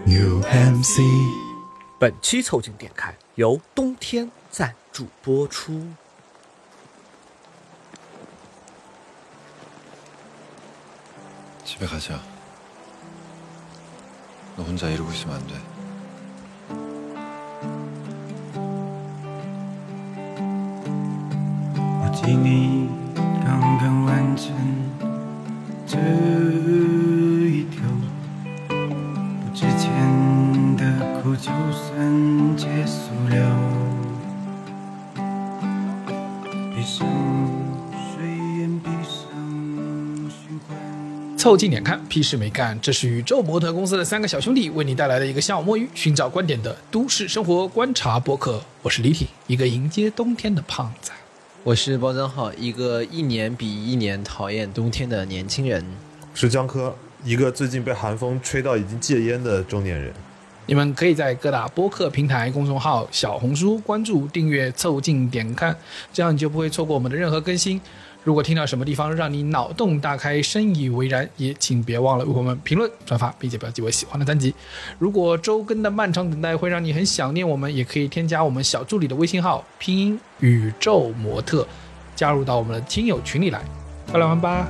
UMC。 本期凑近点看由冬天赞助播出。 집에 가자. 너 혼자 이러고 있으면 안 돼. 오직你刚刚完成这一条不值钱的苦，就算结束了。闭上睡眼，闭上循环。 凑近点看，屁事没干。这是宇宙模特公司的3个小兄弟为你带来的一个下午摸鱼、寻找观点的都市生活观察播客。我是李挺，一个迎接冬天的胖子。 我是包张浩，一个一年比一年讨厌冬天的年轻人。 是江科，一个最近被寒风吹到已经戒烟的中年人。 你们可以在各大播客平台、公众号、小红书关注、订阅、凑近点看，这样你就不会错过我们的任何更新。如果听到什么地方让你脑洞大开、深以为然，也请别忘了为我们评论、转发，并且标记为喜欢的单集。如果周更的漫长等待会让你很想念我们，也可以添加我们小助理的微信号，拼音宇宙模特，加入到我们的听友群里来。快来玩吧！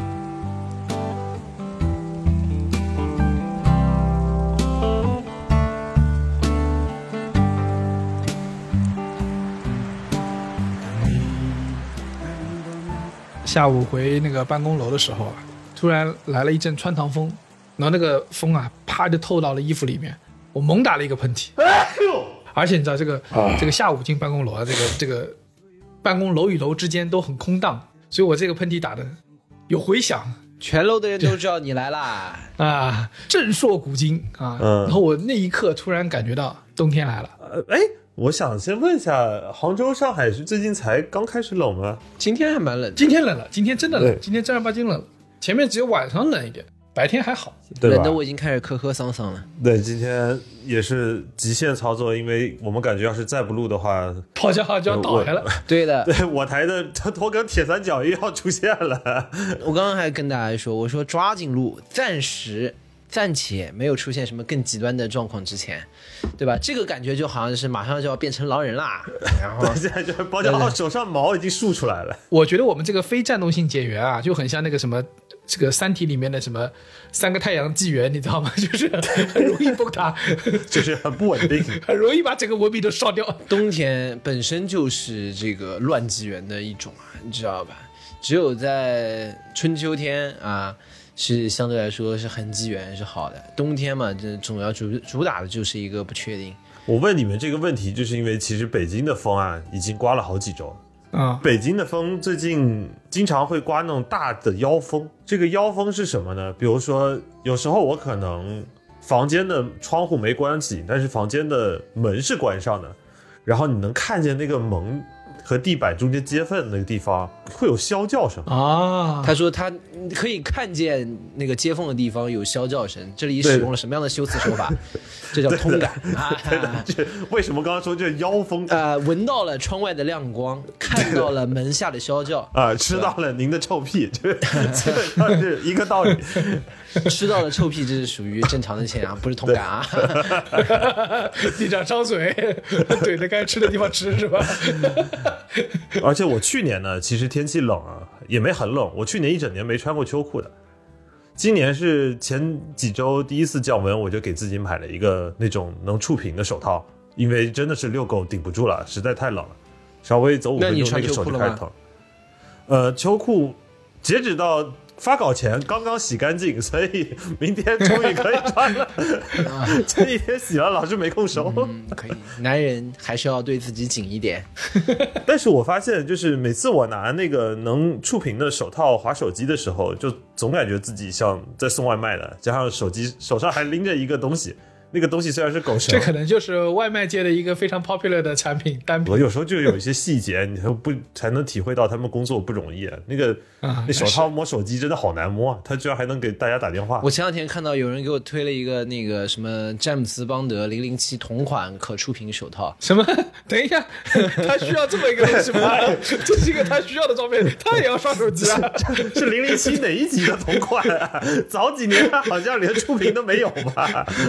下午回那个办公楼的时候啊，突然来了一阵穿堂风，然后那个风啊，啪就透到了衣服里面，我猛打了一个喷嚏。而且你知道这个下午进办公楼啊，这个办公楼与楼之间都很空荡，所以我这个喷嚏打的有回响， 全楼的人都知道你来啦啊，震烁古今啊。然后我那一刻突然感觉到冬天来了。 我想先问一下，杭州、上海是最近才刚开始冷吗？ 今天还蛮冷， 今天冷了，今天真的冷，今天正儿八经冷了。前面只有晚上冷一点，白天还好。 对吧？ 冷的我已经开始咳丧丧了。 对，今天也是极限操作，因为我们感觉要是再不录的话， 泡椒号就要倒下了。 对的， 对，我台的拖更铁三角又要出现了。 我刚刚还跟大家说，我说抓紧录，暂且没有出现什么更极端的状况之前，对吧？这个感觉就好像是马上就要变成狼人啦。然后对，现在就是包家浩手上毛已经竖出来了。 我觉得我们这个非战斗性减员啊，就很像那个什么这个三体里面的什么3个太阳纪元，你知道吗？就是很容易崩塌， 就是很不稳定， 很容易把整个文明都烧掉。 冬天本身就是这个乱纪元的一种啊，你知道吧？只有在春秋天啊，是相对来说是很纪元是好的。冬天嘛，这总要主打的就是一个不确定。 我问你们这个问题，就是因为其实北京的风啊，已经刮了好几周了。北京的风最近经常会刮那种大的妖风。这个妖风是什么呢？比如说，有时候我可能房间的窗户没关起，但是房间的门是关上的，然后你能看见那个门和地板中间接缝的那个地方会有啸叫声啊。 他说他可以看见那个接缝的地方有啸叫声，这里使用了什么样的修辞手法？这叫通感啊。 为什么刚刚说这妖风？ 闻到了窗外的亮光，看到了门下的啸叫啊，吃到了您的臭屁，就是基本上是一个道理。 吃到了臭屁，这是属于正常的现象，不是通感啊。 地长烧水，怼在该吃的地方吃是吧？ 而且我去年呢，其实天气冷啊，也没很冷。我去年一整年没穿过秋裤的。今年是前几周第一次降温，我就给自己买了一个那种能触屏的手套，因为真的是遛狗顶不住了，实在太冷了，稍微走5分钟那个手就开始疼。秋裤截止到发稿前刚刚洗干净，所以明天终于可以穿了。这一天洗了，老是没空收。 可以，男人还是要对自己紧一点。 但是我发现，就是每次我拿那个能触屏的手套滑手机的时候，就总感觉自己像在送外卖的，加上手上还拎着一个东西。那个东西虽然是狗绳， 这可能就是外卖界的一个非常 popular 的产品单品。 我有时候就有一些细节，你才能体会到他们工作不容易。那手套摸手机真的好难摸啊！他居然还能给大家打电话。 我前两天看到有人给我推了一个那个什么詹姆斯邦德007同款可触屏手套。 什么？等一下，他需要这么一个东西吗？这是一个他需要的照片，他也要刷手机啊？ 是007哪一集的同款啊？早几年他好像连触屏都没有吧？ 007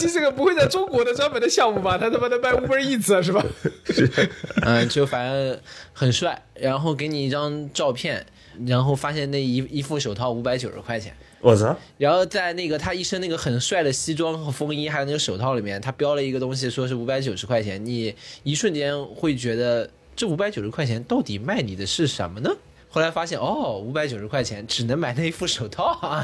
西这个不会在中国的专门的项目吧？他他妈的卖 Uber Eats 是吧？ 就反正很帅，然后给你一张照片，然后发现那一副手套590块钱。 我操！ 然后在那个他一身那个很帅的西装和风衣，还有那个手套里面，他标了一个东西，说是590块钱。你一瞬间会觉得这590块钱到底卖你的是什么呢？后来发现590块钱只能买那一副手套啊！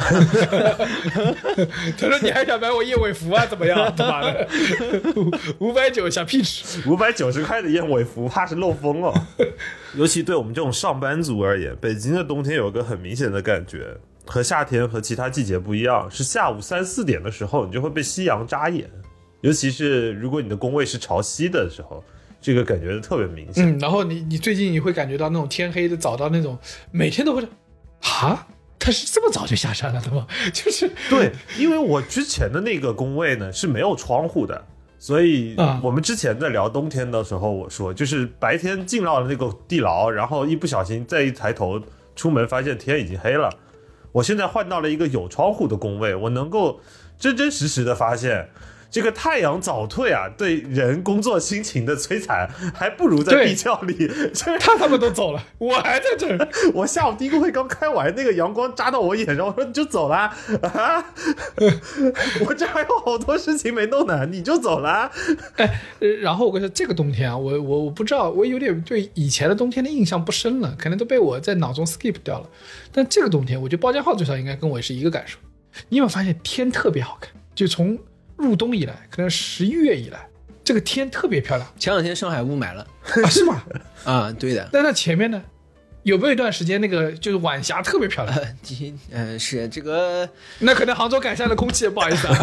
他说你还想买我燕尾服啊？怎么样？他妈的，590想屁吃 590块的燕尾服，怕是漏风哦。尤其对我们这种上班族而言，北京的冬天有个很明显的感觉，和夏天和其他季节不一样，是下午3、4点的时候，你就会被夕阳扎眼。尤其是如果你的工位是朝西的时候，这个感觉特别明显。 然后你最近你会感觉到那种天黑的早到那种，每天都会啊，他是这么早就下山了的吗？就是对，因为我之前的那个工位呢是没有窗户的，所以我们之前在聊冬天的时候，我说就是白天进到了那个地牢，然后一不小心再一抬头出门，发现天已经黑了。我现在换到了一个有窗户的工位，我能够真真实实的发现，这个太阳早退啊，对人工作心情的摧残，还不如在地窖里。 他们都走了，我还在这儿。 我下午第一个会刚开完，那个阳光扎到我眼上，我说你就走啦啊！我这还有好多事情没弄呢，你就走啦。 然后我跟你说，这个冬天啊，我不知道，我有点对以前的冬天的印象不深了，可能都被我在脑中 skip 掉了。但这个冬天，我觉得包家浩最少应该跟我是一个感受。你有没有发现天特别好看？就从入冬以来，可能11月以来，这个天特别漂亮。 前2天上海雾霾了啊？是吗？ 啊，对的。 但那前面呢，有没有一段时间那个就是晚霞特别漂亮？ 是这个， 那可能杭州改善了空气，不好意思啊。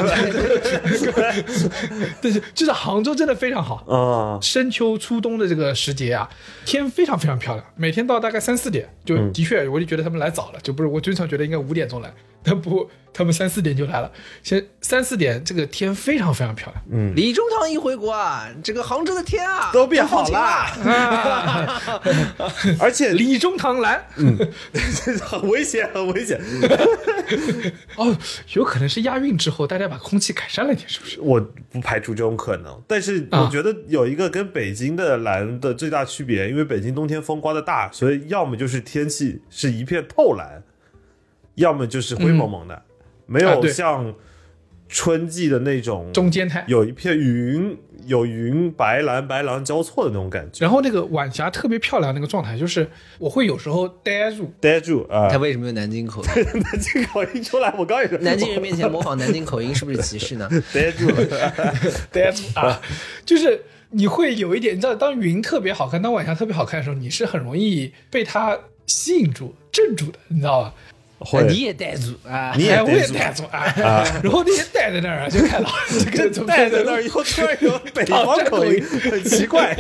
但是就是杭州真的非常好啊，深秋初冬的这个时节啊，天非常非常漂亮，每天到大概3、4点，就的确我就觉得他们来早了，就不是我经常觉得应该5点钟来。但不，他们3、4点就来了。先3、4点，这个天非常非常漂亮。 李中堂一回国啊，这个杭州的天啊都变好了，而且李中堂蓝， 很危险，很危险。 哦，有可能是亚运之后大家把空气改善了一点，是不是？ 我不排除这种可能，但是我觉得有一个跟北京的蓝的最大区别，因为北京冬天风刮得大，所以要么就是天气是一片透蓝。要么就是灰蒙蒙的，没有像春季的那种中间态， 有一片云，有云白蓝交错的那种感觉。 然后那个晚霞特别漂亮，那个状态就是我会有时候呆住啊。 他为什么有南京口音？ 南京口音出来，我刚也说， 南京人面前模仿南京口音是不是歧视呢？ 呆住啊，就是你会有一点，你知道，当云特别好看，当晚霞特别好看的时候，你是很容易被它吸引住、镇住的，你知道吧？ 你也呆住啊！ 你也我也呆住啊！然后那些呆在那儿啊，就看到这个呆在那儿以后突然有北方口音，很奇怪。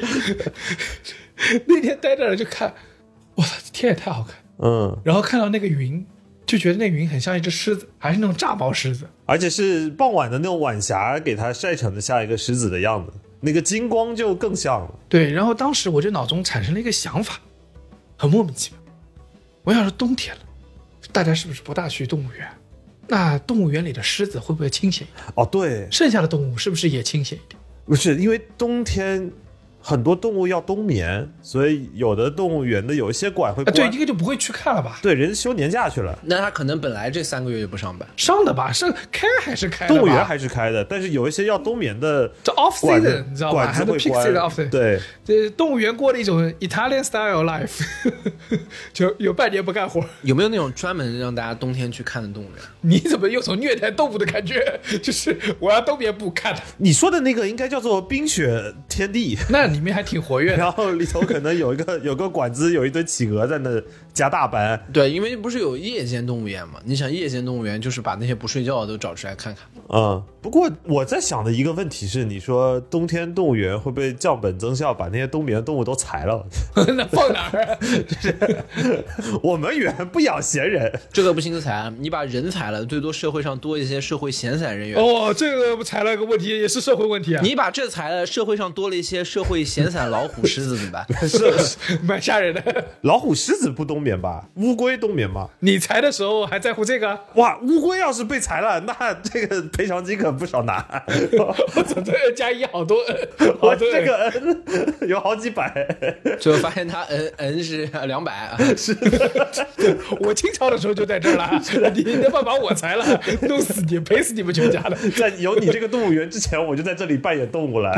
那天呆在那儿就看，我操，天也太好看。然后看到那个云，就觉得那云很像一只狮子，还是那种炸毛狮子， 而且是傍晚的那种晚霞给它晒成的像一个狮子的样子，那个金光就更像了。 对，然后当时我就脑中产生了一个想法，很莫名其妙。我想说冬天了。大家是不是不大去动物园？那动物园里的狮子会不会清闲一点？ 哦，对， 剩下的动物是不是也清闲一点？ 不是，因为冬天很多动物要冬眠，所以有的动物园的有一些馆会关。 对，这个就不会去看了吧？ 对，人休年假去了。 那他可能本来这3个月就不上班， 上的吧？是开还是开的吧？ 动物园还是开的，但是有一些要冬眠的， 这 off season 你知道吧？还是 peak season off season。 对， 这动物园过了一种 Italian style life， 就有半年不干活。 有没有那种专门让大家冬天去看的动物园？ 你怎么有种虐待动物的感觉？就是我要冬眠不看的。 你说的那个应该叫做冰雪天地， 那里面还挺活跃的。 然后里头可能有个馆子，有一堆企鹅在那加大班。 对，因为不是有夜间动物园嘛？你想夜间动物园就是把那些不睡觉的都找出来看看。 不过我在想的一个问题是，你说冬天动物园会不会降本增效，把那些冬眠的动物都裁了？ 那放哪儿啊？ 就是我们园不养闲人， 这个不行裁，你把人裁了，最多社会上多一些社会闲散人员。 哦，这个裁了个问题，也是社会问题啊。 你把这裁了，社会上多多了一些社会闲散老虎、狮子怎么办？ 蛮吓人的。 老虎、狮子不冬眠吧？乌龟冬眠吗？ 你裁的时候还在乎这个？ 哇，乌龟要是被裁了，那这个赔偿金可不少拿。 我怎么加一好多 N？ 我这个 N 有好几百， 最后发现他 N 是200啊。 我清朝的时候就在这儿了，你他妈把我裁了，弄死你，赔死你们全家了。 在有你这个动物园之前，我就在这里扮演动物了。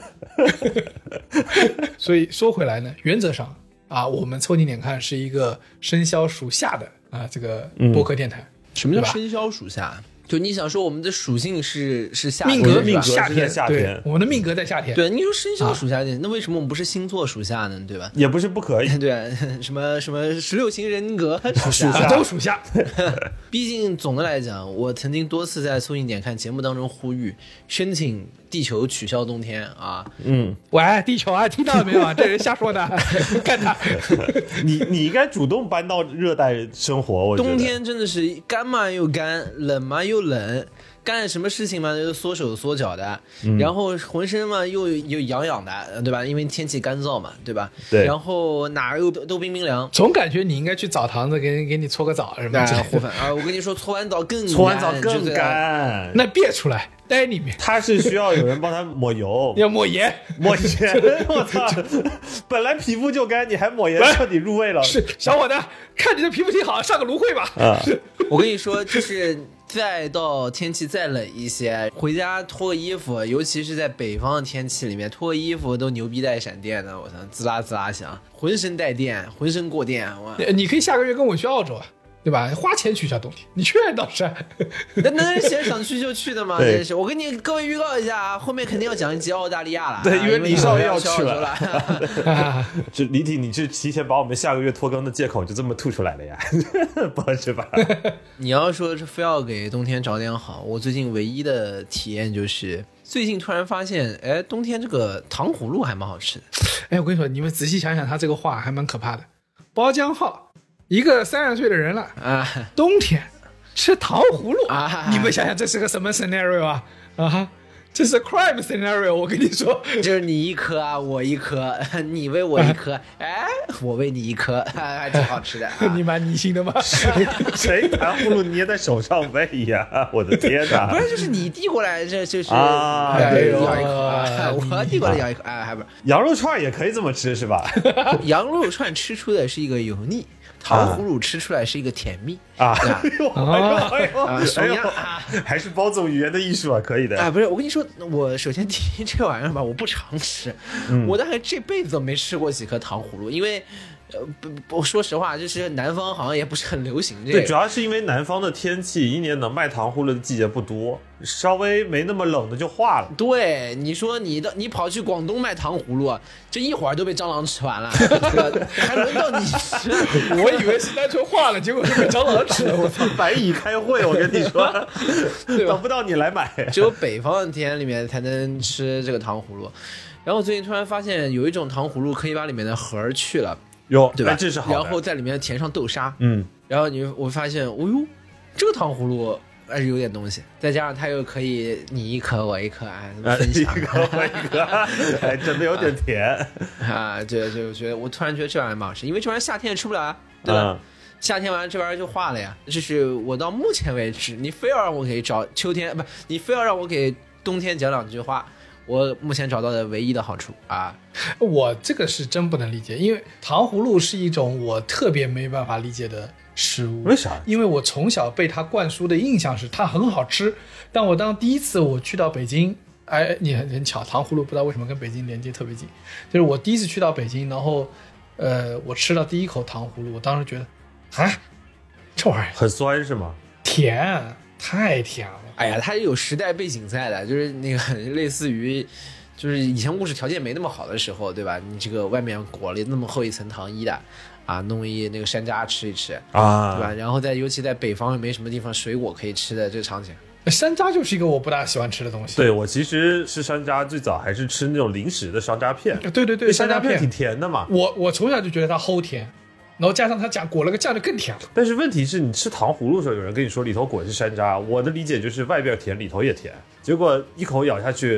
所以说回来呢，原则上啊，我们凑近点看是一个生肖属下的啊这个播客电台。 什么叫生肖属下？就你想说我们的属性是夏命格， 命格夏天， 是在夏天对，我们的命格在夏天。 对，你说生肖属下的，那为什么我们不是星座属下呢？对吧？ 也不是不可以。 对，什么16型人格属下都属下。 毕竟总的来讲，我曾经多次在凑近点看节目当中呼吁，申请地球取消冬天啊。 喂，地球啊，听到了没有啊？这人瞎说的，干他！ 你应该主动搬到热带生活。我觉得冬天真的是干嘛又干，冷嘛又冷，干什么事情嘛就缩手缩脚的，然后浑身嘛又痒痒的，对吧？因为天气干燥嘛，对吧？ 对。 然后哪儿又都冰冰凉， 总感觉你应该去澡堂子给你搓个澡什么的。 活粉啊！我跟你说，搓完澡更干， 那别出来待里面。 他是需要有人帮他抹油， 要抹盐， 抹盐。我操！本来皮肤就干，你还抹盐，彻底入味了。 是小伙子，看你的皮肤挺好，上个芦荟吧。 啊！ 我跟你说，就是再到天气再冷一些，回家脱个衣服，尤其是在北方的天气里面，脱个衣服都牛逼带闪电的，我操，滋啦滋啦响，浑身带电，浑身过电。 你可以下个月跟我去澳洲啊。对吧？花钱取消冬天，你去倒是。 那是想去就去的吗？真是，我跟你各位预告一下啊，后面肯定要讲一集澳大利亚了。 对，因为李少爷要去了。 就李体，你是提前把我们下个月拖更的借口就这么吐出来了呀？不是吧？ 你要说是非要给冬天找点好，我最近唯一的体验就是，最近突然发现，哎，冬天这个糖葫芦还蛮好吃的。 哎，我跟你说，你们仔细想想，他这个话还蛮可怕的。包浆号。一个30岁的人了啊，冬天吃糖葫芦啊，你们想想这是个什么 scenario 啊？啊，这是 crime scenario， 我跟你说， 就是你一颗啊，我一颗，你喂我一颗，哎，我喂你一颗，还挺好吃的。 你蛮泥心的吗？ 谁糖葫芦捏在手上喂呀？我的天哪！ 不是，就是你递过来，这就是啊， 咬一口，我递过来咬一口，哎，还不是羊肉串也可以这么吃是吧？ 羊肉串吃出的是一个油腻。糖葫芦吃出来是一个甜蜜啊！哎呦， 什么样啊？还是包总语言的艺术啊，可以的啊！不是，我跟你说，我首先第一这玩意儿吧，我不常吃，我大概这辈子都没吃过几颗糖葫芦，因为。不，说实话，就是南方好像也不是很流行这个。 对，主要是因为南方的天气，一年能卖糖葫芦的季节不多，稍微没那么冷的就化了。 对，你说你跑去广东卖糖葫芦，这一会儿都被蟑螂吃完了，还轮到你吃？ 我以为是单纯化了，结果是被蟑螂吃了。 我操，白蚁开会，我跟你说，等不到你来买。 只有北方的田里面才能吃这个糖葫芦。然后最近突然发现有一种糖葫芦可以把里面的核去了。 有， 对吧？ 这是好的。 然后在里面填上豆沙，然后我发现，哦呦，这个糖葫芦还是有点东西，再加上它又可以你一颗我一颗，哎，分享， 你一颗我一颗，还真的有点甜啊！对，就觉得我突然觉得这玩意儿蛮好吃，因为这玩意儿夏天也吃不了，对吧？夏天完了这玩意儿就化了呀。就是我到目前为止，你非要让我给找秋天，不，你非要让我给冬天讲2句话。我目前找到的唯一的好处啊， 我这个是真不能理解，因为糖葫芦是一种我特别没办法理解的食物。 为啥？ 因为我从小被它灌输的印象是它很好吃，但我第一次我去到北京，哎，你很巧，糖葫芦不知道为什么跟北京连接特别近，就是我第一次去到北京，然后我吃到第一口糖葫芦，我当时觉得，啊，这玩意儿很酸是吗？ 甜，太甜了。 哎呀，它也有时代背景在的，就是那个类似于，就是以前物质条件没那么好的时候，对吧？你这个外面裹了那么厚一层糖衣的，啊，弄一那个山楂吃一吃啊，对吧？然后尤其在北方又没什么地方水果可以吃的这个场景， 山楂就是一个我不大喜欢吃的东西。 对，我其实吃山楂最早还是吃那种零食的山楂片。 对， 山楂片挺甜的嘛。 我从小就觉得它齁甜。然后加上它裹了个酱就更甜了。 但是问题是你吃糖葫芦的时候，有人跟你说里头裹的是山楂，我的理解就是外边甜里头也甜，结果一口咬下去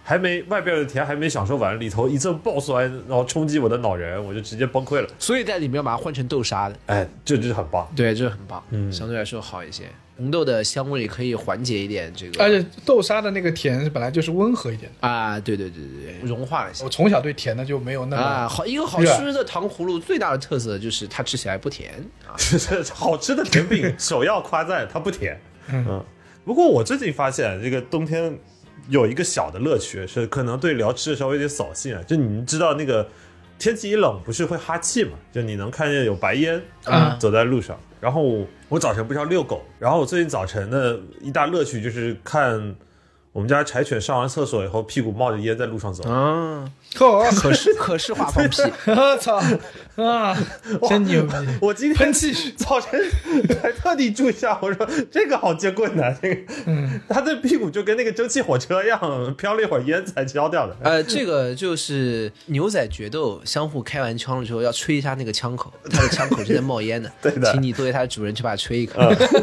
外边的甜还没享受完，里头一阵爆酸，然后冲击我的脑仁，我就直接崩溃了。 所以在里面把它换成豆沙的， 哎，这很棒。 对，这很棒，相对来说好一些。红豆的香味可以缓解一点这个， 而且豆沙的那个甜本来就是温和一点的啊，对，融化了些。 我从小对甜的就没有那么一个好吃的糖葫芦最大的特色就是它吃起来不甜啊。 好吃的甜饼首要夸赞它不甜。不过我最近发现这个冬天有一个小的乐趣，是可能对聊吃的稍微有点扫兴啊。就你们知道那个天气一冷不是会哈气嘛？就你能看见有白烟走在路上。然后我早晨不是要遛狗，然后我最近早晨的一大乐趣就是看我们家柴犬上完厕所以后屁股冒着烟在路上走。 可视化放屁。 我操啊！真牛逼！ 我今天喷气早晨还特地注意一下，我说这个好见棍的，这个他的屁股就跟那个蒸汽火车一样，飘了一会儿烟才消掉的。 这个就是牛仔决斗相互开完枪的时候要吹一下那个枪口，他的枪口是在冒烟的。 对的， 请你作为他的主人去把它吹一口。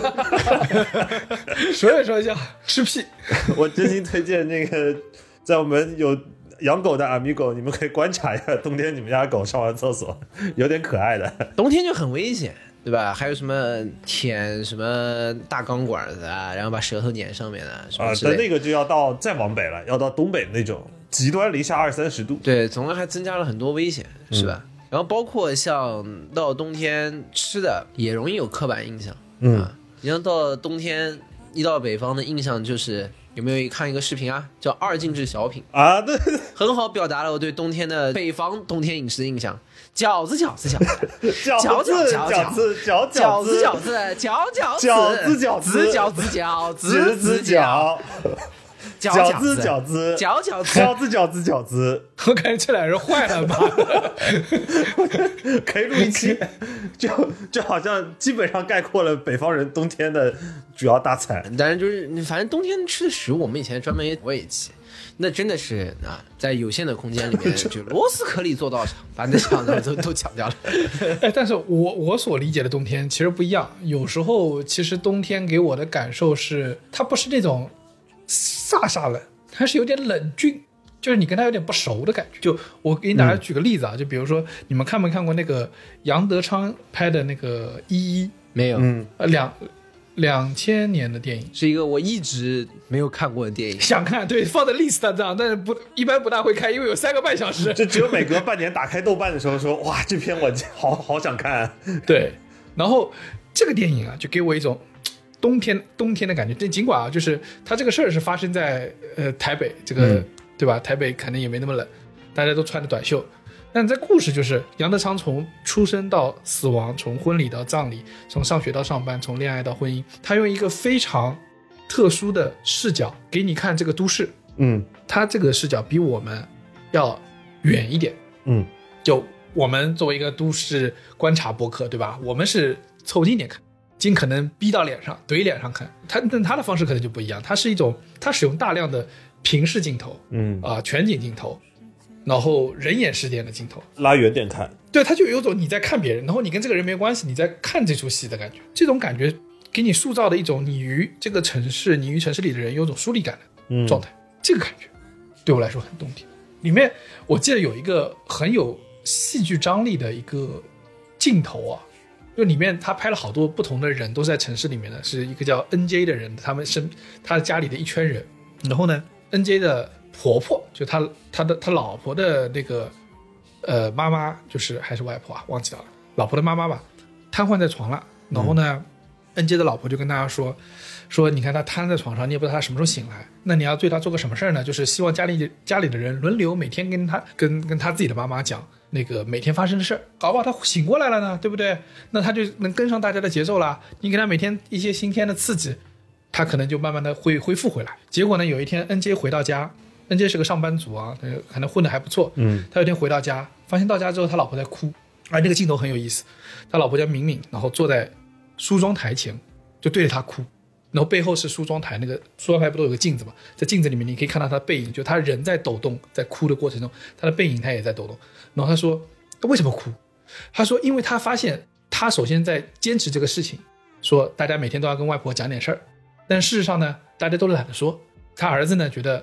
所以说叫吃屁。 我真心推荐那个，在我们有养狗的 amigo， 你们可以观察一下冬天你们家狗上完厕所，有点可爱的。 冬天就很危险，对吧？还有什么舔什么大钢管子啊，然后把舌头粘上面的什么之类的。 但那个就要到再往北了，要到东北那种极端零下20-30度。 对，总归还增加了很多危险，是吧？然后包括像到冬天吃的也容易有刻板印象。你像到冬天一到北方的印象就是有没有看一个视频啊，叫二进制小品啊？对， 很好表达了我对冬天的北方冬天饮食的印象。饺子饺子饺子饺子饺子饺子饺子饺子饺子饺子饺子饺子饺子饺子饺子子饺饺子饺子饺饺子饺子饺子饺子， 我感觉这俩人坏了吧？ 可以录一期，就好像基本上概括了北方人冬天的主要大菜。 当然就是反正冬天吃的食物，我们以前专门也过一期。那真的是啊，在有限的空间里面，就螺丝壳里做道场，把那想的都抢掉了。 但是我所理解的冬天其实不一样。有时候其实冬天给我的感受是，它不是那种飒冷，它是有点冷峻，就是你跟他有点不熟的感觉。就我给大家举个例子啊，就比如说你们看没看过那个杨德昌拍的那个《 没有 2000年的电影， 是一个我一直没有看过的电影， 想看，对，放在 list 上，但是一般不大会看，因为有3个半小时， 就只有每隔半年打开豆瓣的时候说，哇，这篇我好想看。 对，然后这个电影啊，就给我一种冬天的感觉。但尽管啊，就是它这个事儿是发生在台北，这个、对吧？台北可能也没那么冷，大家都穿着短袖。但在故事就是杨德昌从出生到死亡，从婚礼到葬礼，从上学到上班，从恋爱到婚姻，他用一个非常特殊的视角给你看这个都市。他这个视角比我们要远一点。就我们作为一个都市观察播客，对吧？我们是凑近点看，尽可能逼到脸上，怼脸上看。但他的方式可能就不一样，他使用大量的平视镜头，全景镜头。然后人眼视点的镜头， 拉远点看， 对，他就有种你在看别人，然后你跟这个人没关系，你在看这出戏的感觉。这种感觉给你塑造的一种你与这个城市，你与城市里的人有种疏离感的状态。这个感觉对我来说很冬天。里面我记得有一个很有戏剧张力的一个镜头啊，就里面他拍了好多不同的人都在城市里面的，是一个叫 NJ 的人，他们是他家里的一圈人。然后呢 NJ 的婆婆就他老婆的那个妈妈，就是还是外婆啊，忘记了，老婆的妈妈吧，瘫痪在床了。然后呢NJ 的老婆就跟大家说你看他瘫在床上，你也不知道他什么时候醒来，那你要对他做个什么事呢？就是希望家里的人轮流每天跟他自己的妈妈讲那个每天发生的事儿，搞不好他醒过来了呢，对不对？那他就能跟上大家的节奏了。你给他每天一些新鲜的刺激，他可能就慢慢的会恢复回来。结果呢，有一天 NJ 回到家，NJ 是个上班族啊，可能混得还不错。他有一天回到家，发现到家之后他老婆在哭，而那个镜头很有意思，他老婆叫敏敏，然后坐在梳妆台前就对着他哭，然后背后是梳妆台，那个梳妆台不都有个镜子嘛，在镜子里面你可以看到他的背影，就他人在抖动，在哭的过程中他的背影他也在抖动。然后他说为什么哭？他说因为他发现他首先在坚持这个事情，说大家每天都要跟外婆讲点事儿，但事实上呢大家都懒得说。他儿子呢觉得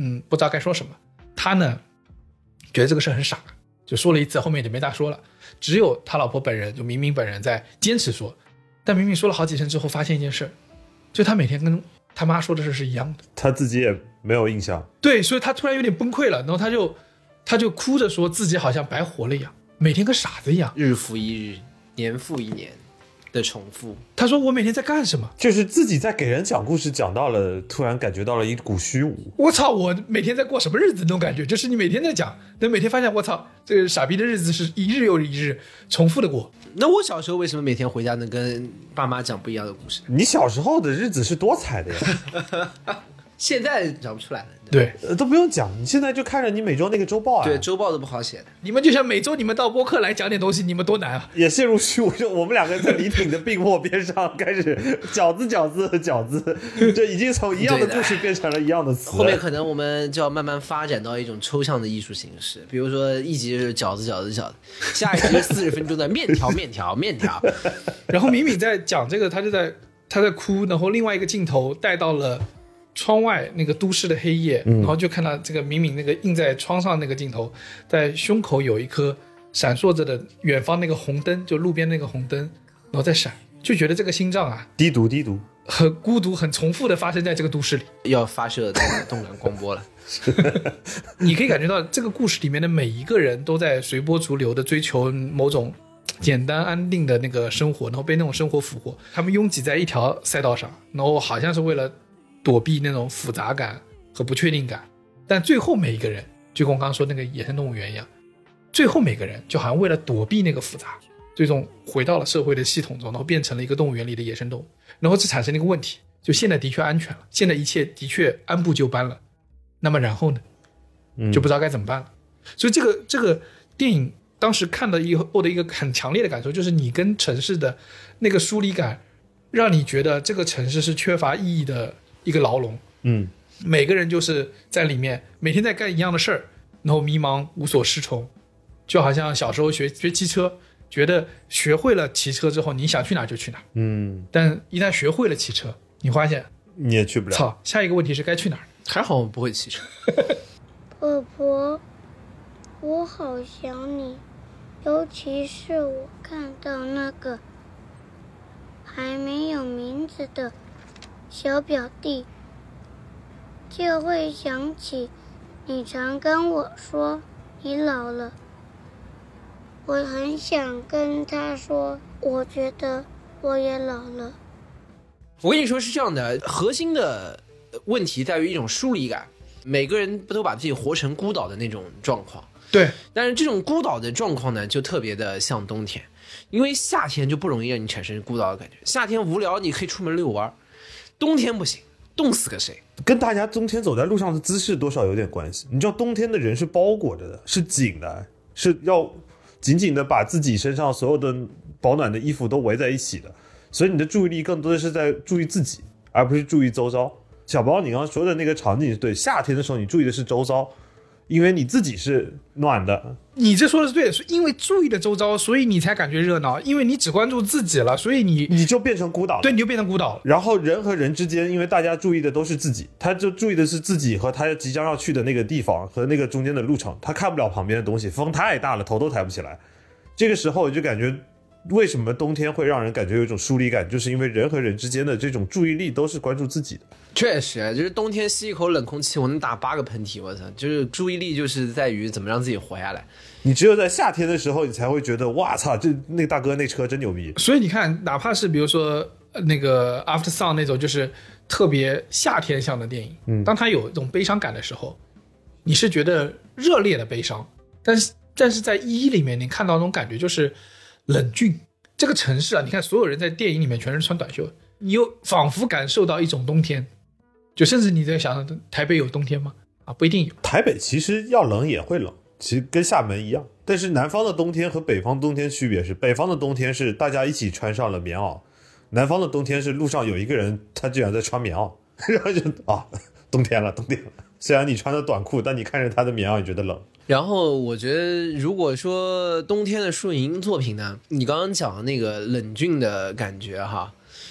不知道该说什么。他呢觉得这个事很傻，就说了一次，后面就没再说了。只有他老婆本人，就明明本人在坚持说，但明明说了好几声之后，发现一件事，就他每天跟他妈说的事是一样的， 他自己也没有印象。 对，所以他突然有点崩溃了，然后他就哭着说自己好像白活了一样，每天跟傻子一样， 日复一日，年复一年的重复。 他说我每天在干什么？ 就是自己在给人讲故事，讲到了，突然感觉到了一股虚无。 我操，我每天在过什么日子那种感觉，就是你每天在讲，但每天发现我操，这个傻逼的日子是一日又一日重复的过。 那我小时候为什么每天回家能跟爸妈讲不一样的故事？ 你小时候的日子是多彩的呀！ 现在讲不出来了。 对， 都不用讲，你现在就看着你每周那个周报啊。 对，周报都不好写的。 你们就像每周你们到播客来讲点东西，你们多难啊！ 也陷入虚无，就我们两个人在李挺的病卧边上开始饺子，就已经从一样的故事变成了一样的词。 后面可能我们就要慢慢发展到一种抽象的艺术形式，比如说一集是饺子，下一集是40分钟的面条。 然后敏敏在讲这个，他在哭，然后另外一个镜头带到了窗外那个都市的黑夜，然后就看到这个敏敏那个印在窗上那个镜头，在胸口有一颗闪烁着的远方那个红灯，就路边那个红灯，然后在闪，就觉得这个心脏啊低读很孤独，很重复的发生在这个都市里， 要发射动感光波了。 你可以感觉到这个故事里面的每一个人都在随波逐流的追求某种简单安定的那个生活，然后被那种生活俘获，他们拥挤在一条赛道上，然后好像是为了躲避那种复杂感和不确定感，但最后每一个人就跟我刚刚说那个野生动物园一样，最后每个人就好像为了躲避那个复杂，最终回到了社会的系统中，然后变成了一个动物园里的野生动物。然后这产生了一个问题，就现在的确安全了，现在一切的确按部就班了，那么然后呢就不知道该怎么办了。所以这个电影当时看了以后的一个很强烈的感受，就是你跟城市的那个疏离感，让你觉得这个城市是缺乏意义的一个牢笼。每个人就是在里面每天在干一样的事儿，然后迷茫无所适从，就好像小时候学骑车，觉得学会了骑车之后你想去哪就去哪，但一旦学会了骑车，你发现你也去不了。 操，下一个问题是该去哪儿？ 还好我不会骑车。 婆婆，我好想你，尤其是我看到那个还没有名字的小表弟，就会想起你常跟我说你老了。我很想跟他说，我觉得我也老了。 我跟你说是这样的，核心的问题在于一种疏离感，每个人不都把自己活成孤岛的那种状况。 对， 但是这种孤岛的状况呢，就特别的像冬天，因为夏天就不容易让你产生孤岛的感觉，夏天无聊你可以出门遛弯，冬天不行，冻死个谁。 跟大家冬天走在路上的姿势多少有点关系。你知道冬天的人是包裹着的，是紧的，是要紧紧的把自己身上所有的保暖的衣服都围在一起的，所以你的注意力更多的是在注意自己，而不是注意周遭。小包你刚刚说的那个场景是对，夏天的时候你注意的是周遭，因为你自己是暖的。 你这说的是对的，是因为注意了周遭，所以你才感觉热闹，因为你只关注自己了，所以你就变成孤岛了。 对，你就变成孤岛了。 然后人和人之间，因为大家注意的都是自己，他就注意的是自己和他即将要去的那个地方和那个中间的路程，他看不了旁边的东西，风太大了，头都抬不起来。这个时候我就感觉为什么冬天会让人感觉有一种疏离感，就是因为人和人之间的这种注意力都是关注自己的。 确实，就是冬天吸一口冷空气，我能打8个喷嚏，我操！就是注意力就是在于怎么让自己活下来。 你只有在夏天的时候，你才会觉得哇操，那个大哥那车真牛逼。 所以你看，哪怕是比如说那个 After Sun 那种就是特别夏天向的电影，当它有一种悲伤感的时候，你是觉得热烈的悲伤，但是在1里面你看到那种感觉就是冷峻。这个城市啊，你看所有人在电影里面全是穿短袖，你又仿佛感受到一种冬天，就甚至你在想台北有冬天吗？啊，不一定有。 台北其实要冷也会冷，其实跟厦门一样，但是南方的冬天和北方冬天区别是，北方的冬天是大家一起穿上了棉袄，南方的冬天是路上有一个人他居然在穿棉袄，然后就冬天了。虽然你穿的短裤，但你看着他的棉袄也觉得冷。 然后我觉得如果说冬天的摄影作品呢，你刚刚讲的那个冷峻的感觉哈，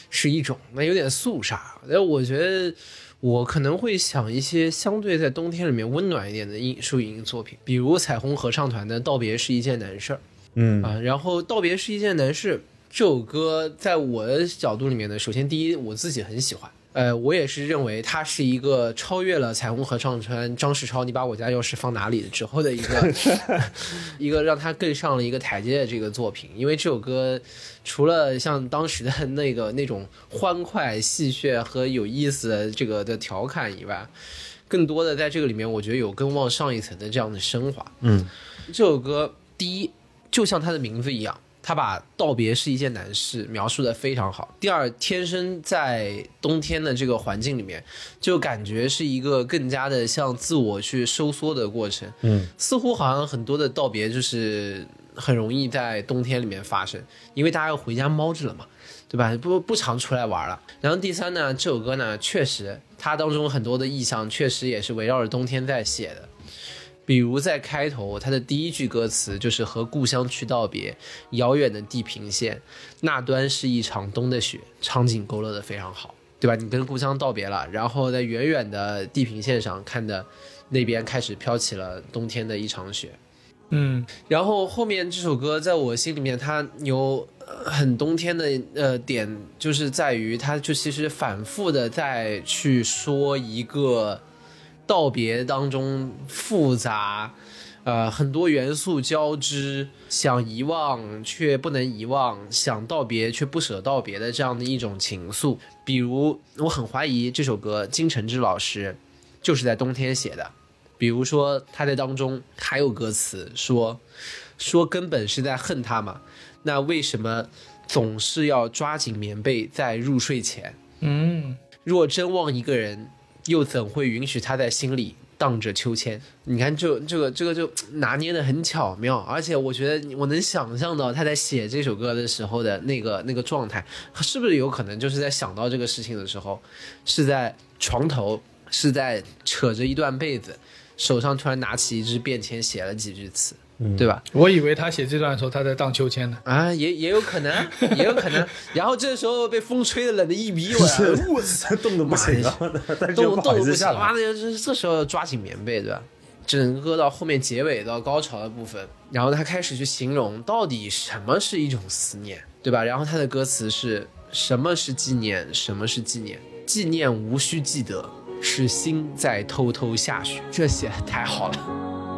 是一种，那有点肃杀。但我觉得我可能会想一些相对在冬天里面温暖一点的树影作品，比如彩虹合唱团的《道别是一件难事》。然后《道别是一件难事》这首歌，在我的角度里面呢，首先第一，我自己很喜欢。我也是认为它是一个超越了彩虹合唱团张世超你把我家钥匙放哪里之后的一个一个让它更上了一个台阶的这个作品。因为这首歌除了像当时的那种欢快戏谑和有意思的这个的调侃以外，更多的在这个里面我觉得有更往上一层的这样的升华。这首歌第一就像它的名字一样，他把道别是一件难事描述的非常好。第二，天生在冬天的这个环境里面，就感觉是一个更加的向自我去收缩的过程。似乎好像很多的道别就是很容易在冬天里面发生，因为大家要回家猫着了嘛，对吧？不常出来玩了。然后第三呢，这首歌呢，确实它当中很多的意象确实也是围绕着冬天在写的。比如在开头，它的第一句歌词就是和故乡去道别，遥远的地平线，那端是一场冬的雪，场景勾勒的非常好，对吧？你跟故乡道别了，然后在远远的地平线上看的那边开始飘起了冬天的一场雪。然后后面这首歌在我心里面它有很冬天的点，就是在于它就其实反复的在去说一个道别当中复杂很多元素交织，想遗忘却不能遗忘，想道别却不舍道别的这样的一种情愫。比如我很怀疑这首歌金承志老师就是在冬天写的，比如说他在当中还有歌词说根本是在恨他嘛，那为什么总是要抓紧棉被在入睡前？若真忘一个人，又怎会允许他在心里荡着秋千？你看这个就拿捏的很巧妙，而且我觉得我能想象到他在写这首歌的时候的那个状态，是不是有可能就是在想到这个事情的时候，是在床头，是在扯着一段被子，手上突然拿起一支便签写了几句词，对吧？ 我以为他写这段的时候他在荡秋千呢。 也有可能，也有可能。然后这时候被风吹得冷得一逼，我操， 冻得不行了，但是冻不好意不行， 思下来。 妈的，这时候要抓紧棉被，对吧？整个到后面结尾到高潮的部分，然后他开始去形容到底什么是一种思念，对吧？然后他的歌词是什么是纪念，什么是纪念？纪念无需记得，是心在偷偷下雪。这写得太好了。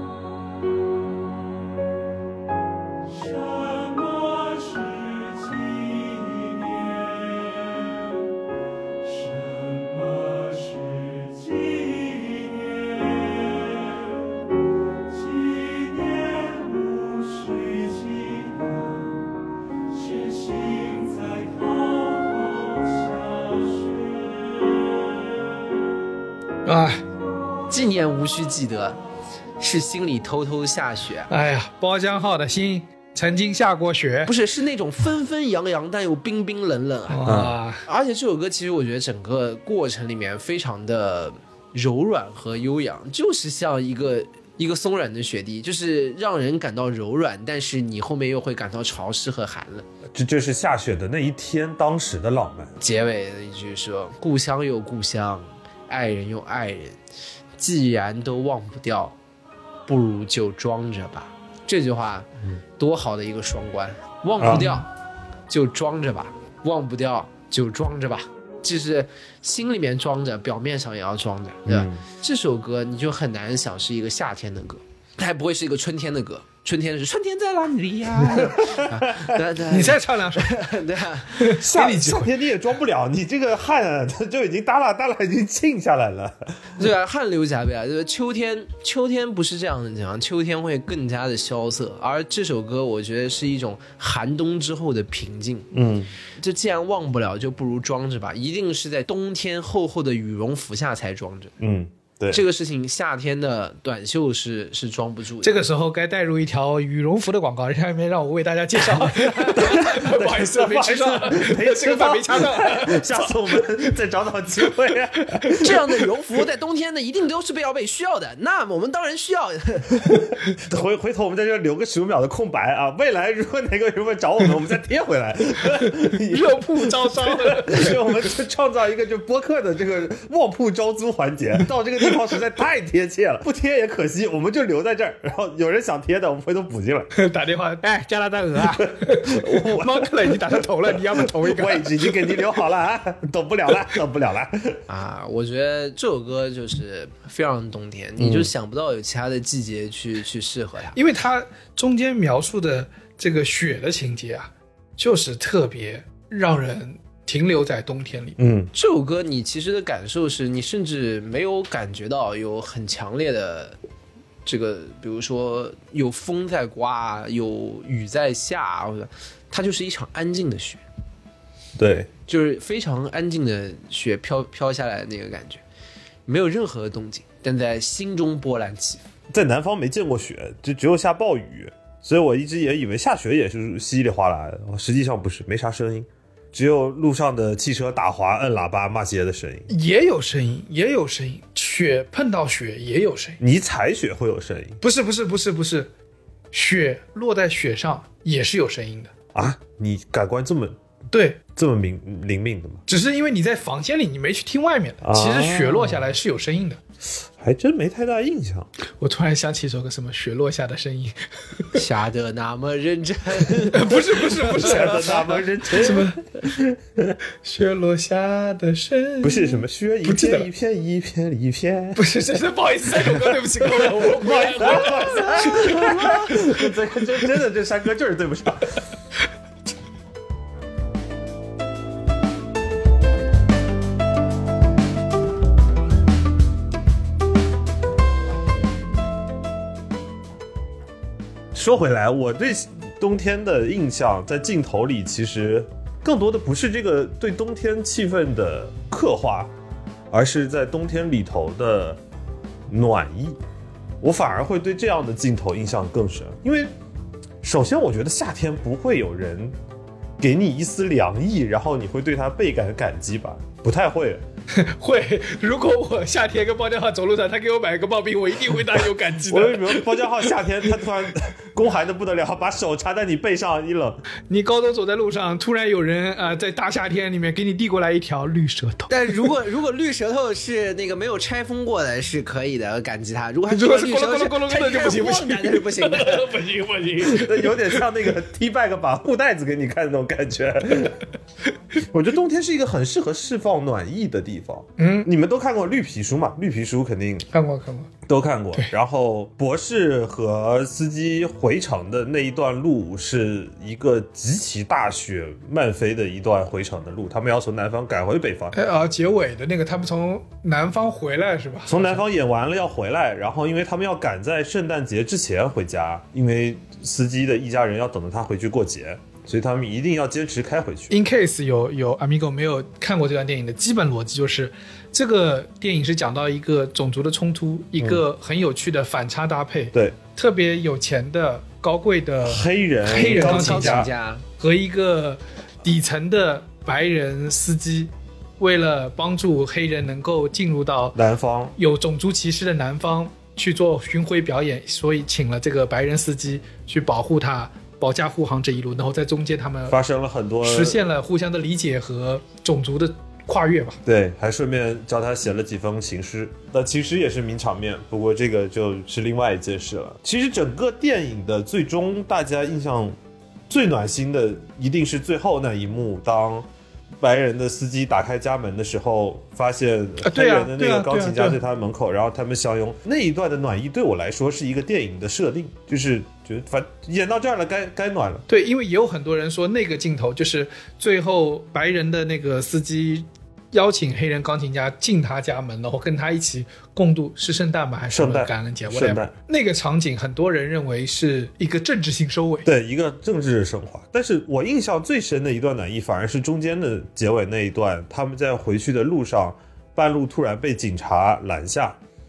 纪念无需记得，是心里偷偷下雪。 哎呀，包浆浩的心曾经下过雪， 不是那种纷纷扬扬但又冰冰冷冷啊！而且这首歌其实我觉得整个过程里面非常的柔软和悠扬，就是像一个松软的雪地，就是让人感到柔软，但是你后面又会感到潮湿和寒冷。 这就是下雪的那一天当时的浪漫。 结尾的一句说：故乡又故乡，爱人又爱人，既然都忘不掉，不如就装着吧。这句话多好的一个双关，忘不掉就装着吧，忘不掉就装着吧，就是心里面装着，表面上也要装着，对吧？这首歌你就很难想是一个夏天的歌，它还不会是一个春天的歌。春天是春天在哪里呀？ 你再唱两首， 对啊， 夏天你也装不了，你这个汗就已经耷拉已经沁下来了， 对啊，汗流浃背啊。对吧？秋天不是这样的讲，秋天会更加的萧瑟，而这首歌我觉得是一种寒冬之后的平静。这既然忘不了，就不如装着吧，一定是在冬天厚厚的羽绒服下才装着。 对， 这个事情夏天的短袖是装不住的。 这个时候该带入一条羽绒服的广告，下面让我为大家介绍。不好意思，没吃上，这个饭没掐上。 下次我们再找机会啊。 这样的羽绒服在冬天呢，一定都是被需要的。那我们当然需要。 回头我们在这留个15秒的空白啊，未来如果哪个人找我们，我们再贴回来。 热铺招商， 所以我们创造一个就播客的这个卧铺招租环节，到这个地方实在太贴切了，不贴也可惜，我们就留在这儿。然后有人想贴的，我们回头补进来。 打电话，哎，加拿大鹅啊，猫克了，你打算投了，你要不投一个？ 位置已经给你留好了啊，等不了了啊！我觉得这首歌就是非常冬天，你就想不到有其他的季节去适合它， 因为它中间描述的这个雪的情节啊，就是特别让人停留在冬天里。 这首歌你其实的感受是你甚至没有感觉到有很强烈的这个，比如说有风在刮，有雨在下，或者它就是一场安静的雪。 对， 就是非常安静的雪飘下来的那个感觉，没有任何的动静，但在心中波澜起伏。 在南方没见过雪，就只有下暴雨，所以我一直也以为下雪也是稀里哗啦的，实际上不是，没啥声音，只有路上的汽车打滑、摁喇叭、骂街的声音。 也有声音，雪碰到雪也有声音。 你踩雪会有声音？ 不是，雪落在雪上也是有声音的啊！你感官这么灵敏的吗？ 只是因为你在房间里，你没去听外面的。其实雪落下来是有声音的， 还真没太大印象。 我突然想起一首歌，什么雪落下的声音， 下得那么认真。 不是， 下得那么认真。 什么雪落下的声音？ 不是什么雪一片一片。 不是，不好意思，三首歌对不起各位，我不好意思。真的这三哥就是对不上。说回来，我对冬天的印象在镜头里其实更多的不是这个对冬天气氛的刻画，而是在冬天里头的暖意。我反而会对这样的镜头印象更深，因为首先我觉得夏天不会有人给你一丝凉意，然后你会对他倍感感激吧？不太会。 会，如果我夏天跟包浆浩走路上，他给我买个刨冰，我一定会对他有感激的。 我比如包浆浩夏天他突然宫寒的不得了，把手插在你背上一冷。 你高中走在路上，突然有人在大夏天里面给你递过来一条绿舌头。 但如果绿舌头是那个没有拆封过的，是可以的，感激他。如果是绿舌头是咕噜的就不行， 那是不行的， 不行。 有点像那个 T-bag 把布袋子给你看的那种感觉。我觉得冬天是一个很适合释放暖意的地方。你们都看过绿皮书嘛？绿皮书肯定看过， 都看过。然后博士和司机回程的那一段路是一个极其大雪漫飞的一段回程的路，他们要从南方赶回北方。 结尾的那个他们从南方回来是吧？ 从南方演完了要回来，然后因为他们要赶在圣诞节之前回家，因为司机的一家人要等着他回去过节，所以他们一定要坚持开回去。 In case 有 Amigo 没有看过这段电影的基本逻辑就是，这个电影是讲到一个种族的冲突，一个很有趣的反差搭配。 对， 特别有钱的高贵的黑人钢琴家和一个底层的白人司机，为了帮助黑人能够进入到南方有种族歧视的南方去做巡回表演，所以请了这个白人司机去保护他，保驾护航这一路，然后在中间他们发生了很多， 实现了互相的理解和种族的跨越吧。 对，还顺便教他写了几封情诗，但情诗也是名场面，不过这个就是另外一件事了。其实整个电影的最终大家印象最暖心的一定是最后那一幕，当白人的司机打开家门的时候，发现黑人的那个钢琴家在他门口，然后他们相拥，那一段的暖意对我来说是一个电影的设定，就是觉得反正演到这儿了，该暖了。 对，因为也有很多人说那个镜头就是最后白人的那个司机邀请黑人钢琴家进他家门，然后跟他一起共度是圣诞吧还是感恩节？ 圣诞那个场景，很多人认为是一个政治性收尾， 对，一个政治升华。但是我印象最深的一段暖意，反而是中间的结尾那一段，他们在回去的路上，半路突然被警察拦下，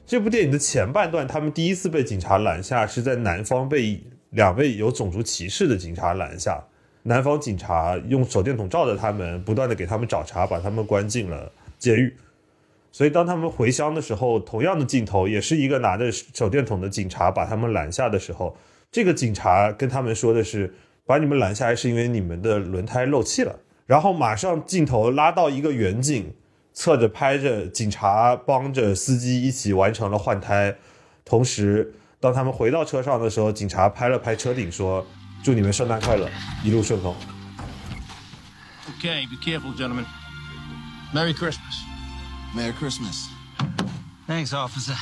这部电影的前半段，他们第一次被警察拦下，是在南方被2位有种族歧视的警察拦下。南方警察用手电筒照着他们，不断的给他们找茬，把他们关进了监狱。所以当他们回乡的时候，同样的镜头也是一个拿着手电筒的警察把他们拦下的时候，这个警察跟他们说的是，把你们拦下来是因为你们的轮胎漏气了。然后马上镜头拉到一个远景，侧着拍着警察帮着司机一起完成了换胎。同时当他们回到车上的时候，警察拍了拍车顶说，祝你们圣诞快乐，一路顺风。 Okay, be careful, gentlemen. Merry Christmas. Merry Christmas. Thanks, officer.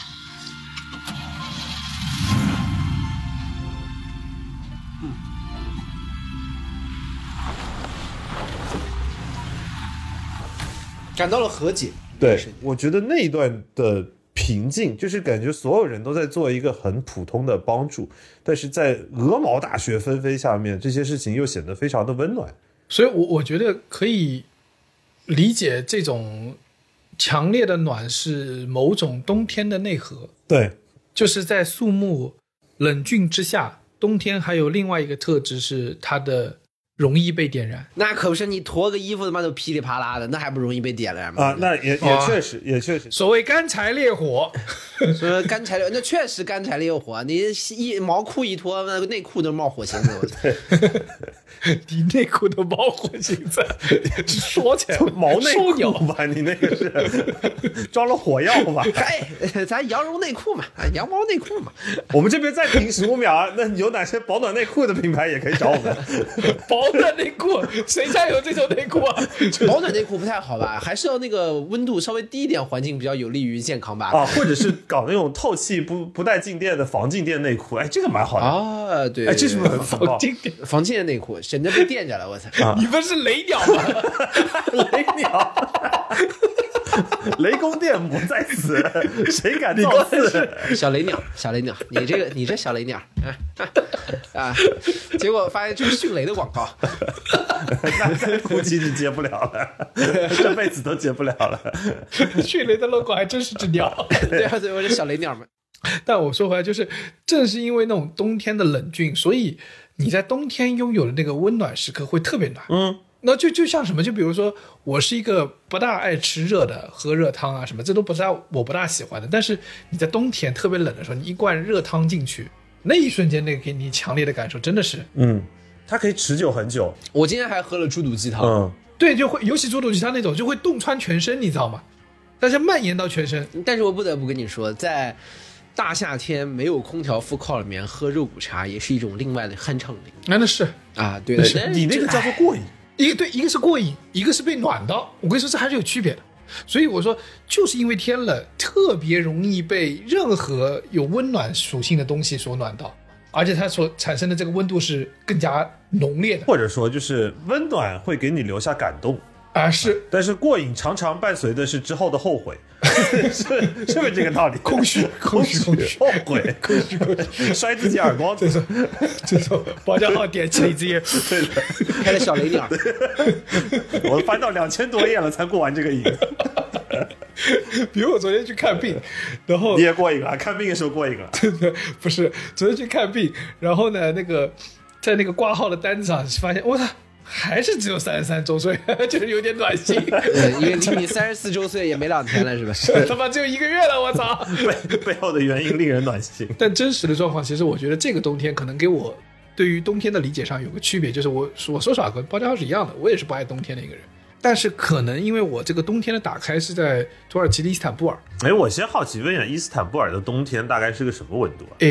感到了和解。 对，我觉得那一段的平静，就是感觉所有人都在做一个很普通的帮助，但是在鹅毛大雪纷飞下面，这些事情又显得非常的温暖。 所以我觉得可以理解这种强烈的暖是某种冬天的内核。 对， 就是在肃穆冷峻之下，冬天还有另外一个特质是它的容易被点燃。 那可不是，你脱个衣服他妈都噼里啪啦的，那还不容易被点燃吗？ 啊，那也确实，也确实。 所谓干柴烈火， 说干柴烈，那确实干柴烈火。你毛裤一脱，那内裤都冒火星子。 你内裤都冒火星子，说起来毛内收鸟裤吧，你那个是装了火药吧？ 哎，咱羊绒内裤嘛，羊毛内裤嘛。 我们这边再停15秒，那有哪些保暖内裤的品牌也可以找我们。 保暖内裤，谁家有这种内裤啊？ 保暖内裤不太好吧？还是要那个温度稍微低一点，环境比较有利于健康吧。 啊，或者是搞那种透气不带静电的防静电内裤，哎，这个蛮好的啊。对， 哎，这是不是很防静电？ 防静电内裤，省得被电着了。我操！ 你们是雷鸟吗？ 雷鸟，雷公电母在此，谁敢造次？ 小雷鸟，小雷鸟，你这小雷鸟啊！结果发现就是迅雷的广告， 那估计你接不了了，这辈子都接不了了。 迅雷的 logo 还真是只鸟。 对啊，对，我是小雷鸟嘛。 但我说回来，就是正是因为那种冬天的冷峻，所以你在冬天拥有的那个温暖时刻会特别暖。那就像什么，就比如说我是一个不大爱吃热的，喝热汤啊什么，这都不是我不大喜欢的。但是你在冬天特别冷的时候，你一罐热汤进去，那一瞬间那个给你强烈的感受，真的是， 它可以持久很久。 我今天还喝了猪肚鸡汤， 对，就会尤其猪肚鸡汤那种，就会洞穿全身，你知道吗？但是蔓延到全身。 但是我不得不跟你说，在大夏天没有空调敷靠里面喝肉骨茶也是一种另外的酣畅淋漓。 那是啊，对的， 你那个叫做过瘾。 一个是过瘾，一个是被暖到。我跟你说，这还是有区别的。所以我说，就是因为天冷，特别容易被任何有温暖属性的东西所暖到，而且它所产生的这个温度是更加浓烈的。 或者说，就是温暖会给你留下感动。 是， 但是过瘾常常伴随的是之后的后悔，是不是这个道理？ 空虚， 后悔， 空虚， 摔自己耳光， 这种包家浩点起了一支烟， 对的， 开了小雷鸟， 我翻到2000多页了才过完这个瘾。 比如我昨天去看病，然后你也过瘾了，看病的时候过瘾了？ 不是，昨天去看病，然后呢，在那个挂号的单子上发现，我操！还是只有33周岁，就是有点暖心。 因为离你34周岁也没2天了，是吧？ 他妈只有1个月了，我操！ 背后的原因令人暖心。 但真实的状况，其实我觉得这个冬天可能给我对于冬天的理解上有个区别，就是我说实话跟包家浩是一样的，我也是不爱冬天的一个人。但是可能因为我这个冬天的打开是在土耳其的伊斯坦布尔。 哎，我先好奇问一下，伊斯坦布尔的冬天大概是个什么温度啊？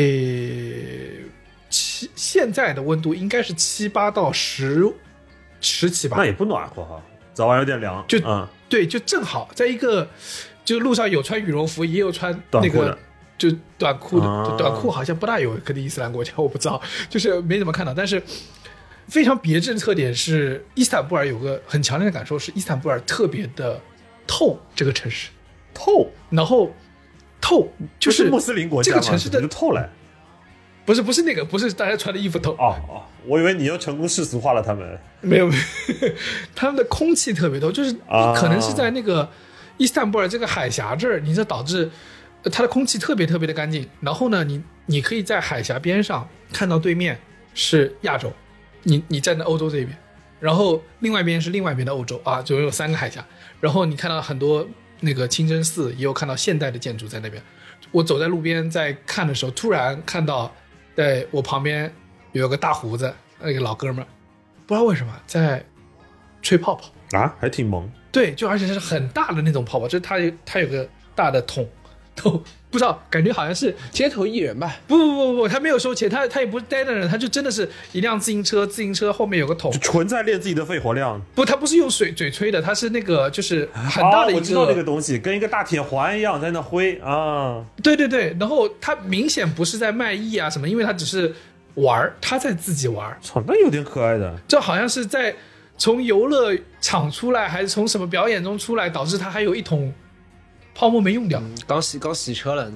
现在的温度应该是7、8到10起吧， 那也不暖和哈，早晚有点凉。 对，就正好在一个，就路上有穿羽绒服，也有穿那个就短裤的，短裤好像不大有，可能伊斯兰国家我不知道，就是没怎么看到。但是非常别致的特点是，伊斯坦布尔有个很强烈的感受是，伊斯坦布尔特别的透，这个城市透， 然后透就是穆斯林国家这个城市的透来。 不是那个，不是大家穿的衣服透我以为你又成功世俗化了他们。 没有，他们的空气特别透，就是可能是在那个伊斯坦布尔这个海峡这儿，你这导致它的空气特别特别的干净。然后呢，你可以在海峡边上看到对面是亚洲，你站在欧洲这边，然后另外一边是另外一边的欧洲啊，总共有3个海峡。然后你看到很多那个清真寺，也有看到现代的建筑在那边。我走在路边在看的时候，突然看到在我旁边有个大胡子那个老哥们儿，不知道为什么在吹泡泡啊，还挺萌。 对，就而且是很大的那种泡泡，就是他有个大的桶，都不知道，感觉好像是街头艺人吧？ 不，他没有收钱，他也不是呆的人，他就真的是一辆自行车后面有个桶， 就纯在练自己的肺活量。 不，他不是用嘴吹的，他是那个就是很大的一个， 我知道那个东西，跟一个大铁环一样在那挥啊。 对，然后他明显不是在卖艺啊什么，因为他只是玩，他在自己玩。 操，那有点可爱的。 这好像是在从游乐场出来，还是从什么表演中出来，导致他还有一桶泡沫没用掉， 刚洗车了，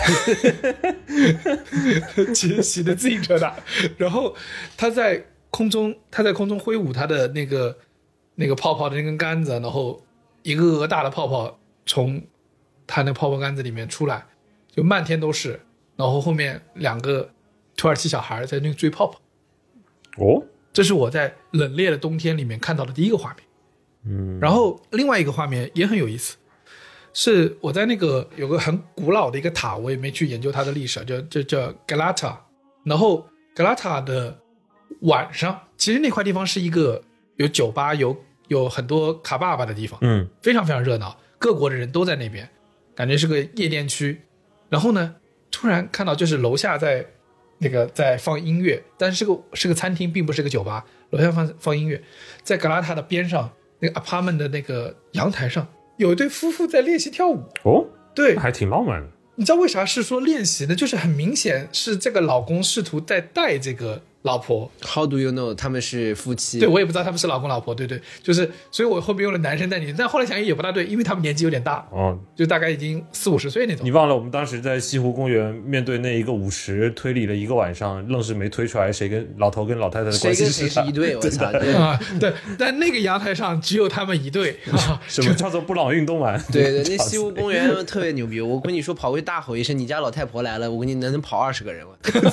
洗的自行车的。然后他在空中挥舞他的那个泡泡的那根杆子，然后一个个大的泡泡从他那泡泡杆子里面出来，就漫天都是。然后后面2个土耳其小孩在那追泡泡。 哦， 这是我在冷冽的冬天里面看到的第一个画面。然后另外一个画面也很有意思，是我在那个有个很古老的一个塔，我也没去研究它的历史，叫 Galata。 然后 Galata 的晚上，其实那块地方是一个有酒吧有很多卡爸爸的地方，非常非常热闹，各国的人都在那边，感觉是个夜店区。然后呢，突然看到就是楼下在放音乐，但是是个餐厅，并不是个酒吧，楼下放音乐。在格拉塔的边上那个 apartment 的那个阳台上，有一对夫妇在练习跳舞。 哦， 对， 还挺浪漫的。 你知道为啥是说练习呢？就是很明显是这个老公试图在带这个老婆。 How do you know 他们是夫妻？ 对，我也不知道他们是老公老婆。对，就是所以我后面用了男生带女生，但后来想也不大对，因为他们年纪有点大，就大概已经40-50岁那种。 你忘了我们当时在西湖公园面对那一个50推理了一个晚上，愣是没推出来谁跟老头跟老太太的关系谁是一对。我操！ 对，但那个阳台上只有他们一对。 什么叫做布朗运动完？ 对，那西湖公园特别牛逼。我跟你说，跑过去大吼一声：“你家老太婆来了！”我跟你能跑20个人。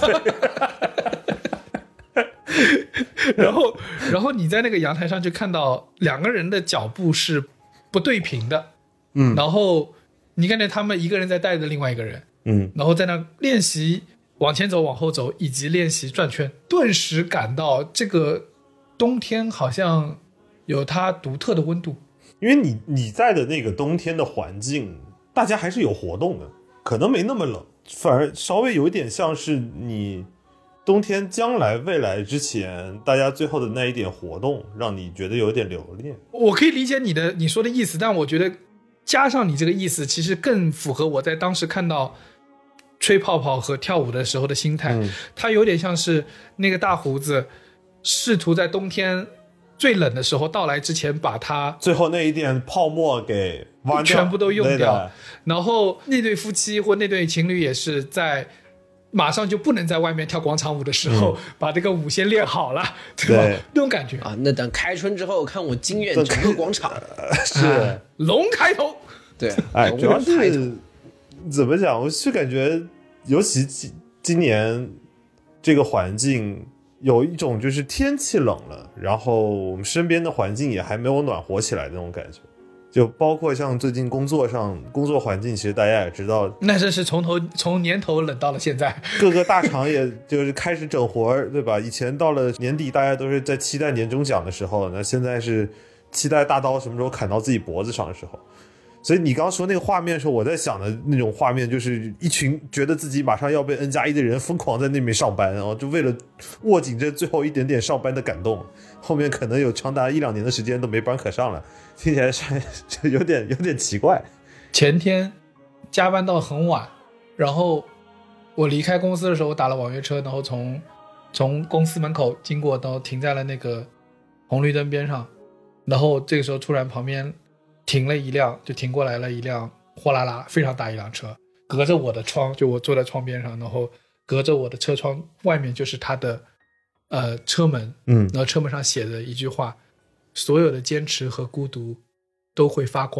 然后你在那个阳台上就看到2个人的脚步是不对平的，然后你看见他们一个人在带着另外一个人，然后在那练习往前走往后走，以及练习转圈，顿时感到这个冬天好像有它独特的温度。 因为你在的那个冬天的环境，大家还是有活动的，可能没那么冷，反而稍微有一点像是你冬天将来未来之前大家最后的那一点活动，让你觉得有点留恋。 我可以理解你说的意思，但我觉得加上你这个意思，其实更符合我在当时看到吹泡泡和跳舞的时候的心态。它有点像是那个大胡子试图在冬天最冷的时候到来之前，把它最后那一点泡沫给挖掉， 全部都用掉。然后那对夫妻或那对情侣也是在马上就不能在外面跳广场舞的时候，把这个舞先练好了，对吧？那种感觉啊。那等开春之后，看我惊艳整个广场。 是龙开头。 对， 主要是怎么讲？我是感觉，尤其今年这个环境，有一种就是天气冷了，然后我们身边的环境也还没有暖和起来的那种感觉。就包括像最近工作环境，其实大家也知道， 那这是从年头冷到了现在， 各个大厂也就是开始整活，对吧？以前到了年底，大家都是在期待年终奖的时候，那现在是期待大刀什么时候砍到自己脖子上的时候。所以你刚刚说那个画面的时候，我在想的那种画面，就是一群觉得自己马上要被 N+1的人疯狂在那边上班，然后就为了握紧这最后一点点上班的感动，后面可能有长达1-2年的时间都没班可上了，听起来就有点奇怪。 前天加班到很晚，然后我离开公司的时候，我打了网约车，然后从公司门口经过，然后停在了那个红绿灯边上，然后这个时候突然旁边停过来了一辆货拉拉，非常大一辆车，隔着我的窗，就我坐在窗边上，然后隔着我的车窗外面就是他的车门，然后车门上写着一句话：所有的坚持和孤独都会发光。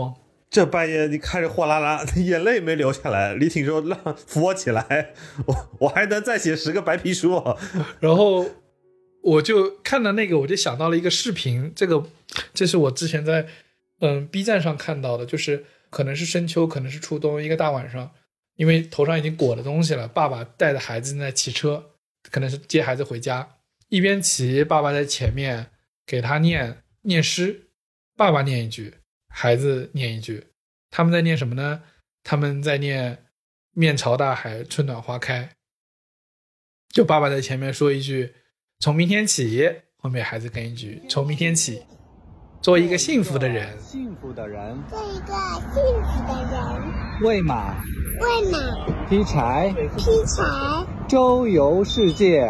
这半夜你看着货拉拉，眼泪没流下来。李挺说：“让扶我起来，我还能再写10个白皮书。” 然后我就看到那个，我就想到了一个视频，这是我之前在B 站上看到的，就是可能是深秋，可能是初冬，一个大晚上，因为头上已经裹了东西了，爸爸带着孩子在骑车，可能是接孩子回家，一边骑，爸爸在前面给他念诗，爸爸念一句，孩子念一句，他们在念什么呢？他们在念面朝大海，春暖花开。就爸爸在前面说一句从明天起，后面孩子跟一句从明天起，做一个幸福的人， 幸福的人， 做一个幸福的人， 喂马， 劈柴， 周游世界，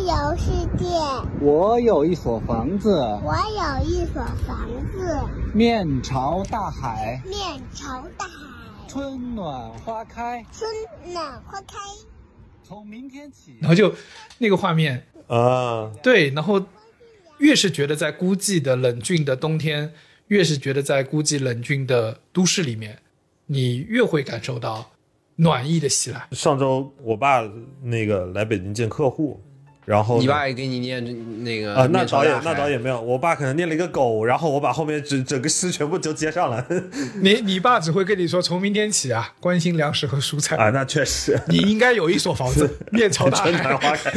我有一所房子，面朝大海，春暖花开，从明天起。 然后就那个画面啊， 对，然后越是觉得在孤寂的冷峻的冬天，越是觉得在孤寂冷峻的都市里面，你越会感受到暖意的袭来。 上周我爸那个来北京见客户，然后你爸也给你念那个那导演没有，我爸可能念了一个狗，然后我把后面整个诗全部就接上了。 你爸只会跟你说从明天起啊，关心粮食和蔬菜啊，那确实， 你应该有一所房子，面朝大海， 春暖花开，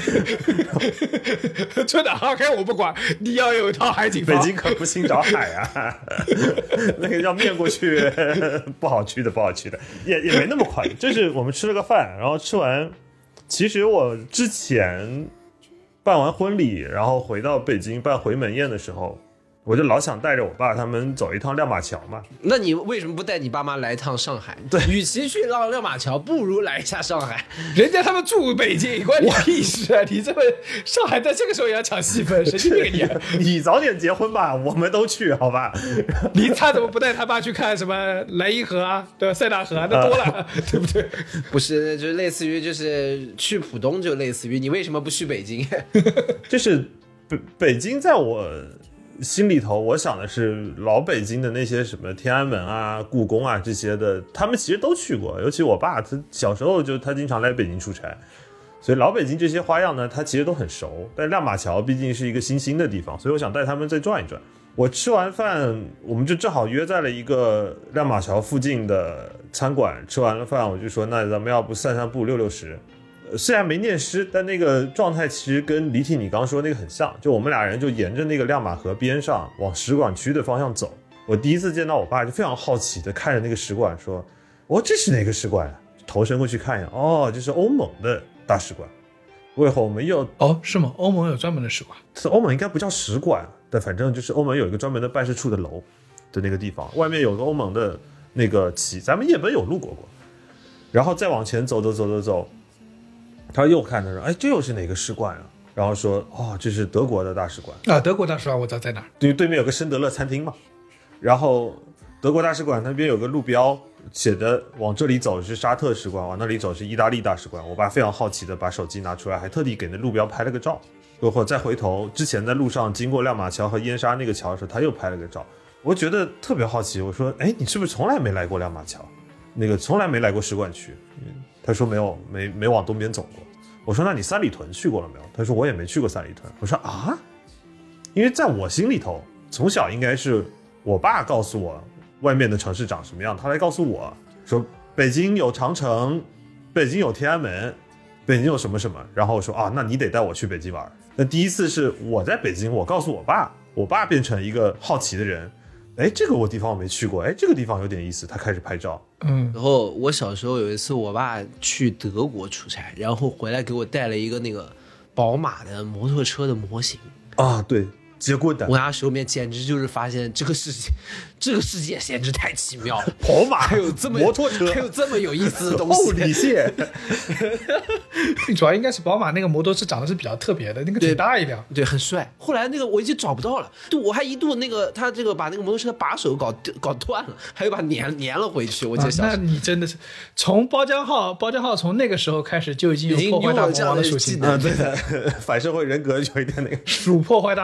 春暖花开我不管，你要有一套海景房。 北京可不兴找海啊，那个要面过去不好去的，也没那么快。就是我们吃了个饭，然后吃完，其实我之前办完婚礼，然后回到北京办回门宴的时候，我就老想带着我爸他们走一趟亮马桥嘛。 那你为什么不带你爸妈来一趟上海？ 对， 与其去亮马桥，不如来一下上海。 人家他们住北京，关你屁事啊！你这么上海在这个时候也要抢戏份，神经病啊你！ 你早点结婚吧，我们都去，好吧？ 他怎么不带他爸去看什么莱茵河啊，对吧？塞纳河啊，那多了，对不对？ 不是，就类似于就是去浦东，就类似于你为什么不去北京？ 就是北京在我心里头，我想的是老北京的那些什么天安门啊、故宫啊这些的，他们其实都去过。尤其我爸，他小时候他经常来北京出差，所以老北京这些花样呢，他其实都很熟。但亮马桥毕竟是一个新兴的地方，所以我想带他们再转一转。我吃完饭，我们就正好约在了一个亮马桥附近的餐馆。吃完了饭，我就说，那咱们要不散散步、溜溜石。虽然没念诗，但那个状态其实跟李挺你刚说那个很像，就我们俩人就沿着那个亮马河边上往使馆区的方向走。我第一次见到我爸，就非常好奇的看着那个使馆说：“哦，这是哪个使馆啊？”头伸过去看一眼，哦，这是欧盟的大使馆。过一会儿我们又是吗？欧盟有专门的使馆？ 是欧盟应该不叫使馆，但反正就是欧盟有一个专门的办事处的楼的那个地方，外面有个欧盟的那个旗，咱们叶本有路过。然后再往前走，他又看，他说：“哎，这又是哪个使馆啊？”然后说：“哦，这是德国的大使馆啊，德国大使馆我知道在哪儿， 因为对面有个申德勒餐厅嘛。然后德国大使馆那边有个路标，写着往这里走是沙特使馆，往那里走是意大利大使馆。我爸非常好奇的把手机拿出来，还特地给那路标拍了个照。过后再回头，之前在路上经过亮马桥和燕莎那个桥的时候，他又拍了个照。我觉得特别好奇，我说：“哎，你是不是从来没来过亮马桥？那个从来没来过使馆区？”他说没往东边走过。我说那你三里屯去过了没有？他说我也没去过三里屯。我说啊，因为在我心里头，从小应该是我爸告诉我外面的城市长什么样，他来告诉我说北京有长城，北京有天安门，北京有什么什么。然后我说啊，那你得带我去北京玩。那第一次是我在北京，我告诉我爸，我爸变成一个好奇的人。哎，这个地方我没去过，哎，这个地方有点意思，他开始拍照。 然后我小时候有一次，我爸去德国出差，然后回来给我带了一个那个宝马的摩托车的模型啊，对，结棍的。 我拿手面简直就是发现这个世界简直太奇妙了， 宝马还有这么摩托车， 还有这么有意思的东西。 厚礼谢， 主要应该是宝马那个摩托车长得是比较特别的，那个挺大一辆， 对，很帅。后来那个我已经找不到了，对，我还一度那个他这个把那个摩托车把手搞断了，还有把粘了回去。我记得小时候， 那你真的是从包浆号从那个时候开始就已经有破坏大魔王的属性啊，对的，反社会人格有一点那个属破坏大魔王。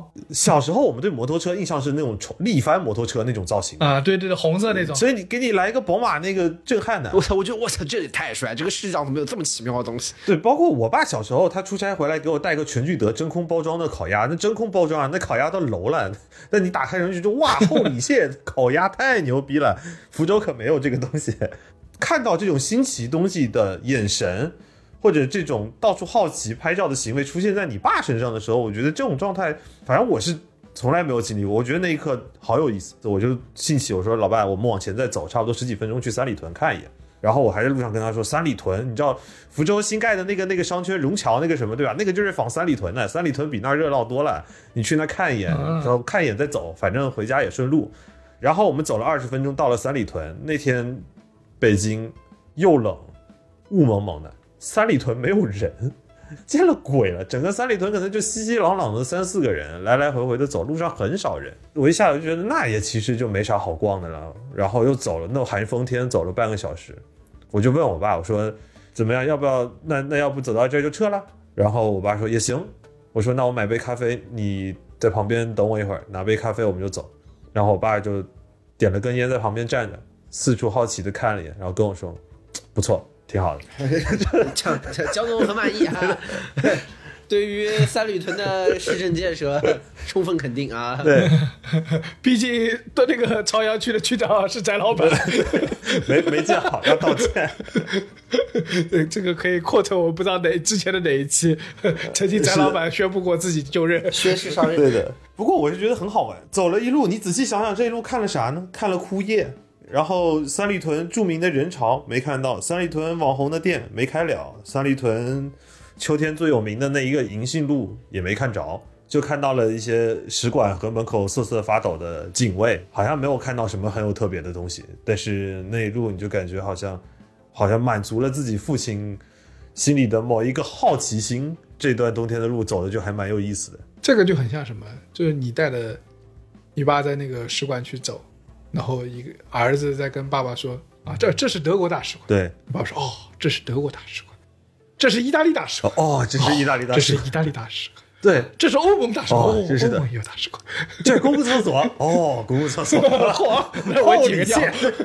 小时候我们对摩托车印象是那种力帆摩托车那种造型啊，对对对，红色那种。 所以你给你来一个宝马那个震撼的， 我觉得这也太帅，这个世界上怎么有这么奇妙的东西？ 对，包括我爸小时候他出差回来给我带个全聚德真空包装的烤鸭，那真空包装啊，那烤鸭都楼了，那你打开上去就哇，厚礼蟹烤鸭太牛逼了，福州可没有这个东西。看到这种新奇东西的眼神，或者这种到处好奇拍照的行为出现在你爸身上的时候，我觉得这种状态，反正我是从来没有经历过。我觉得那一刻好有意思，我就兴起我说老爸，我们往前再走，差不多10几分钟去三里屯看一眼。然后我还在路上跟他说，三里屯，你知道福州新盖的那个商圈榕桥那个什么对吧？那个就是仿三里屯的，三里屯比那热闹多了。你去那看一眼，然后看一眼再走，反正回家也顺路。然后我们走了20分钟到了三里屯，那天北京又冷，雾蒙蒙的，三里屯没有人，见了鬼了，整个三里屯可能就熙熙攘攘的3、4个人，来来回回的走，路上很少人。我一下就觉得那也其实就没啥好逛的了，然后又走了，那寒风天走了半个小时，我就问我爸，我说怎么样，要不要那要不走到这儿就撤了？然后我爸说也行。我说那我买杯咖啡，你在旁边等我一会儿，拿杯咖啡我们就走。然后我爸就点了根烟在旁边站着，四处好奇的看了一眼，然后跟我说不错，挺好的。 江总很满意啊，对于三里屯的市政建设充分肯定啊。 对， 毕竟的那个朝阳区的区长是翟老板， 没见好，要道歉。 对，这个可以 quote 我不知道之前的哪一期，曾经翟老板宣布过自己就任， 宣誓上任。 对的。不过我是觉得很好玩，走了一路，你仔细想想这一路看了啥呢？看了枯叶。然后三里屯著名的人潮没看到，三里屯网红的店没开了，三里屯秋天最有名的那一个银杏路也没看着，就看到了一些使馆和门口瑟瑟发抖的警卫，好像没有看到什么很有特别的东西。但是那一路你就感觉好像满足了自己父亲心里的某一个好奇心，这段冬天的路走的就还蛮有意思的。 这个就很像什么，就是你带着你爸在那个使馆去走，然后一个儿子在跟爸爸说啊，这是德国大使馆。 对， 爸爸说哦，这是德国大使馆，这是意大利大使馆。 哦，这是意大利大使馆， 这是意大利大使馆。 对， 这是欧盟大使馆。 哦，真是的， 欧盟有大使馆。 这是公共厕所。哦，公共厕所。 嚯，那我几个掉。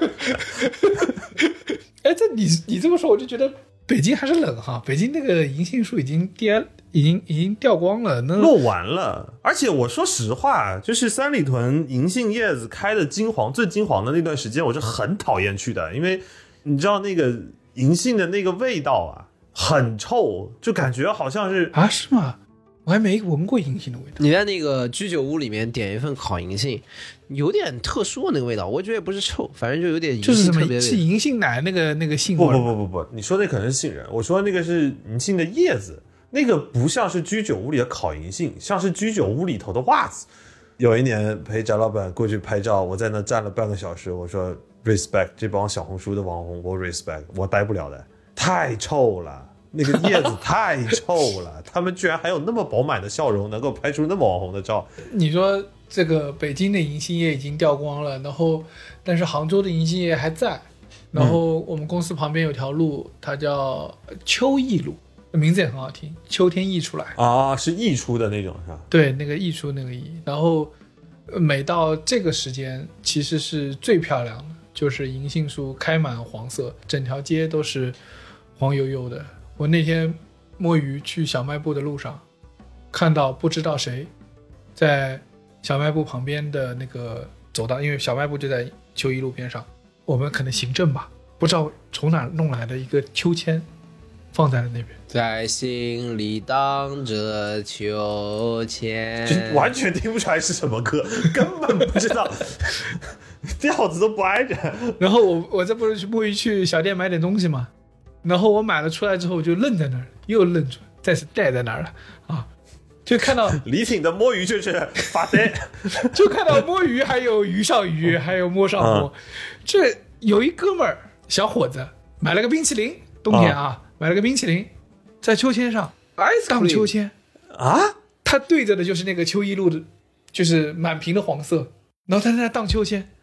哎，这你这么说，我就觉得北京还是冷哈。北京那个银杏树已经掉光了， 落完了。而且我说实话，就是三里屯银杏叶子开的最金黄的那段时间，我是很讨厌去的，因为你知道那个银杏的那个味道啊，很臭，就感觉好像是啊，是吗？我还没闻过银杏的味道。 你在那个居酒屋里面点一份烤银杏，有点特殊的那个味道，我觉得也不是臭，反正就有点银杏特别味道。 是银杏奶那个杏味。 不，你说那可能是杏仁，我说那个是银杏的叶子，那个不像是居酒屋里的烤银杏，像是居酒屋里头的袜子。有一年陪翟老板过去拍照，我在那站了半个小时，我说 respect 这帮小红书的网红，我 respect， 我待不了的，太臭了。那个叶子太臭了，他们居然还有那么饱满的笑容，能够拍出那么网红的照。 你说这个北京的银杏叶已经掉光了，然后但是杭州的银杏叶还在，然后我们公司旁边有条路，它叫秋意路，名字也很好听，秋天溢出来啊，是溢出的那种是吧？ 对，那个溢出那个溢，然后每到这个时间其实是最漂亮的，就是银杏树开满黄色，整条街都是黄油油的。我那天摸鱼去小卖部的路上，看到不知道谁在小卖部旁边的那个走道，因为小卖部就在秋一路边上，我们可能行政吧，不知道从哪弄来的一个秋千，放在了那边， 在心里荡着秋千， 完全听不出来是什么歌，根本不知道，调子都不挨着。 然后我这不是去摸鱼去小店买点东西嘛。然后我买了出来之后，我就愣在那儿，又愣住，再次呆在那儿了啊！就看到李挺的摸鱼就是发呆， 就看到摸鱼，还有鱼上鱼，还有摸上摸。这有一哥们儿小伙子买了个冰淇淋，冬天买了个冰淇淋，在秋千上荡秋千啊！ 他对着的就是那个秋一路的，就是满屏的黄色，然后他在那荡秋千，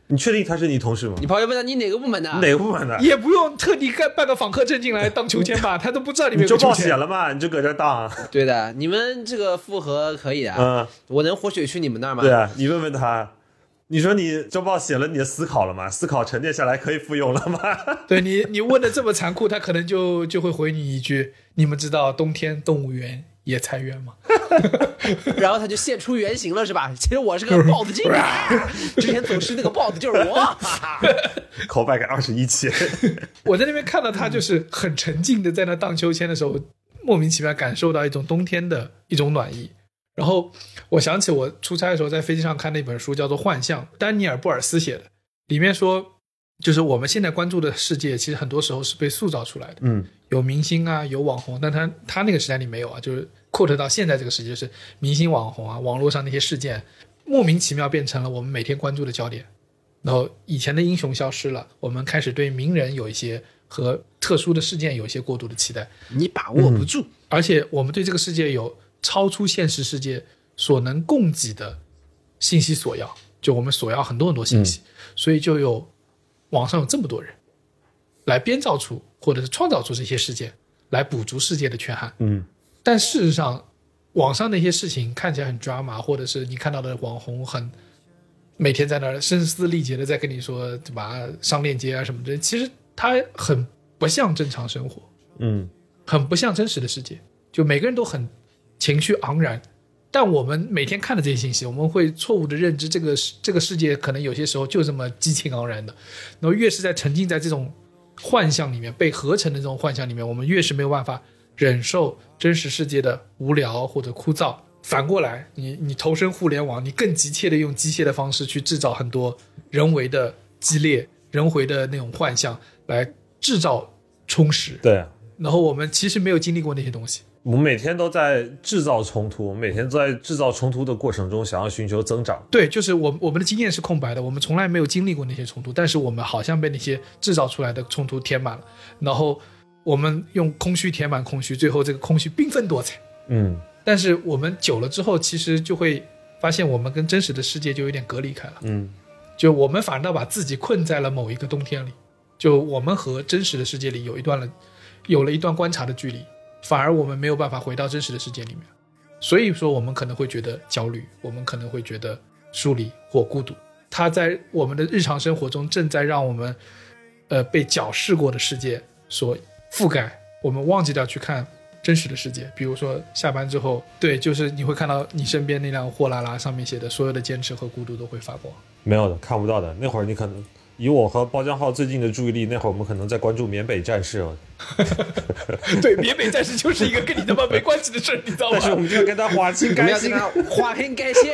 你确定他是你同事吗？ 你跑去问他你哪个部门的？ 哪个部门的？ 也不用特地办个访客证进来当秋千吧，他都不知道里面有个你周报秋千。 写了嘛？你就搁这当。 对的，你们这个复核可以的。我能活水去你们那儿吗？ 对啊，你问问他。你说你周报写了你的思考了吗？思考沉淀下来可以复用了吗？ 对你问的这么残酷，他可能就会回你一句：你们知道冬天动物园野菜园吗？ 然后他就现出原形了，是吧？其实我是个豹子精，之前走失那个豹子就是我。 口back 21期。 我在那边看到他就是很沉静的在那荡秋千的时候，莫名其妙感受到一种冬天的一种暖意。然后我想起我出差的时候在飞机上看那本书叫做《幻象》，丹尼尔·布尔斯写的，里面说就是我们现在关注的世界其实很多时候是被塑造出来的。有明星啊，有网红，但他那个时代里没有啊，就是 quote 到现在这个世界，就是明星网红啊，网络上那些事件莫名其妙变成了我们每天关注的焦点。然后以前的英雄消失了，我们开始对名人有一些和特殊的事件有一些过度的期待， 你把握不住。 而且我们对这个世界有超出现实世界所能供给的信息索要，就我们索要很多很多信息，所以就有网上有这么多人来编造出或者是创造出这些事件来补足世界的缺憾。但事实上网上那些事情看起来很 drama， 或者是你看到的网红很每天在那儿声嘶力竭的在跟你说对吧上链接啊什么的，其实它很不像正常生活，很不像真实的世界，就每个人都很情绪昂然，但我们每天看的这些信息，我们会错误的认知这个世界可能有些时候就这么激情昂然的。然后越是在沉浸在这种幻象里面，被合成的这种幻象里面，我们越是没有办法忍受真实世界的无聊或者枯燥。反过来你投身互联网，你更急切的用机械的方式去制造很多人为的激烈，人为的那种幻象来制造充实。 对， 然后我们其实没有经历过那些东西， 我们每天都在制造冲突，我们每天都在制造冲突的过程中想要寻求增长。 对，就是我们的经验是空白的，我们从来没有经历过那些冲突，但是我们好像被那些制造出来的冲突填满了，然后我们用空虚填满空虚，最后这个空虚缤纷多彩。但是我们久了之后，其实就会发现我们跟真实的世界就有点隔离开了。就我们反倒把自己困在了某一个冬天里，就我们和真实的世界里有了一段观察的距离，反而我们没有办法回到真实的世界里面。所以说我们可能会觉得焦虑，我们可能会觉得疏离或孤独，它在我们的日常生活中正在让我们被矫饰过的世界所覆盖，我们忘记掉去看真实的世界。比如说下班之后，对，就是你会看到你身边那辆货拉拉上面写的所有的坚持和孤独都会发光。 没有的，看不到的。那会儿你可能以我和包浆浩最近的注意力，那会儿我们可能在关注缅北战士。 对，缅北战士就是一个跟你他妈没关系的事，你知道吗？ 但是我们就要跟他划清干系， 划清干线。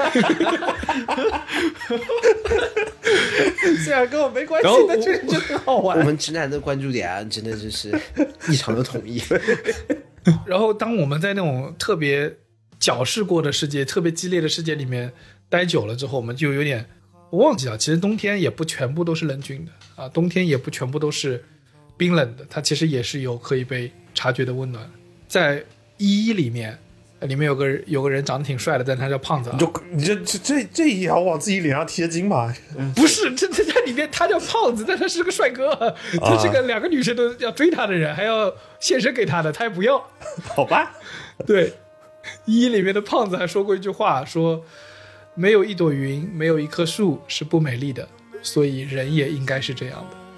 虽然跟我没关系，但这真的很好玩。 我们直男的关注点啊，真的就是异常的统一。 然后当我们在那种特别矫饰过的世界、特别激烈的世界里面待久了之后，我们就有点忘记了，其实冬天也不全部都是冷峻的啊，冬天也不全部都是冰冷的，它其实也是有可以被察觉的温暖。在11里面有个人长得挺帅的，但他叫胖子啊。 这也要往自己脸上贴金吗？ 不是，这里面他叫胖子，但他是个帅哥，他是个2个女生都要追他的人，还要献身给他的，他还不要。 好吧， 对，11里面的胖子还说过一句话，说没有一朵云，没有一棵树是不美丽的，所以人也应该是这样的。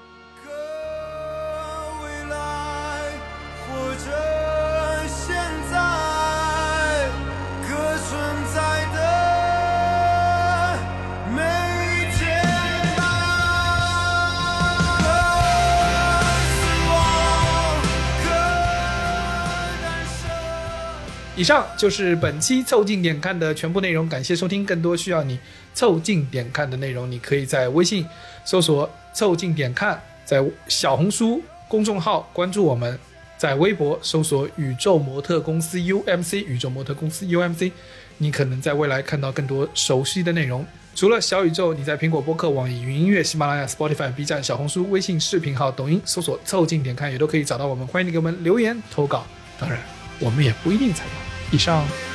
以上就是本期凑近点看的全部内容，感谢收听。更多需要你凑近点看的内容，你可以在微信搜索凑近点看，在小红书公众号关注我们，在微博搜索宇宙模特公司 UMC 宇宙模特公司 UMC， 你可能在未来看到更多熟悉的内容。除了小宇宙，你在苹果播客、网易云音乐、喜马拉雅、Spotify、B 站、小红书、微信视频号、抖音搜索凑近点看也都可以找到我们，欢迎你给我们留言投稿，当然我们也不一定采访。以上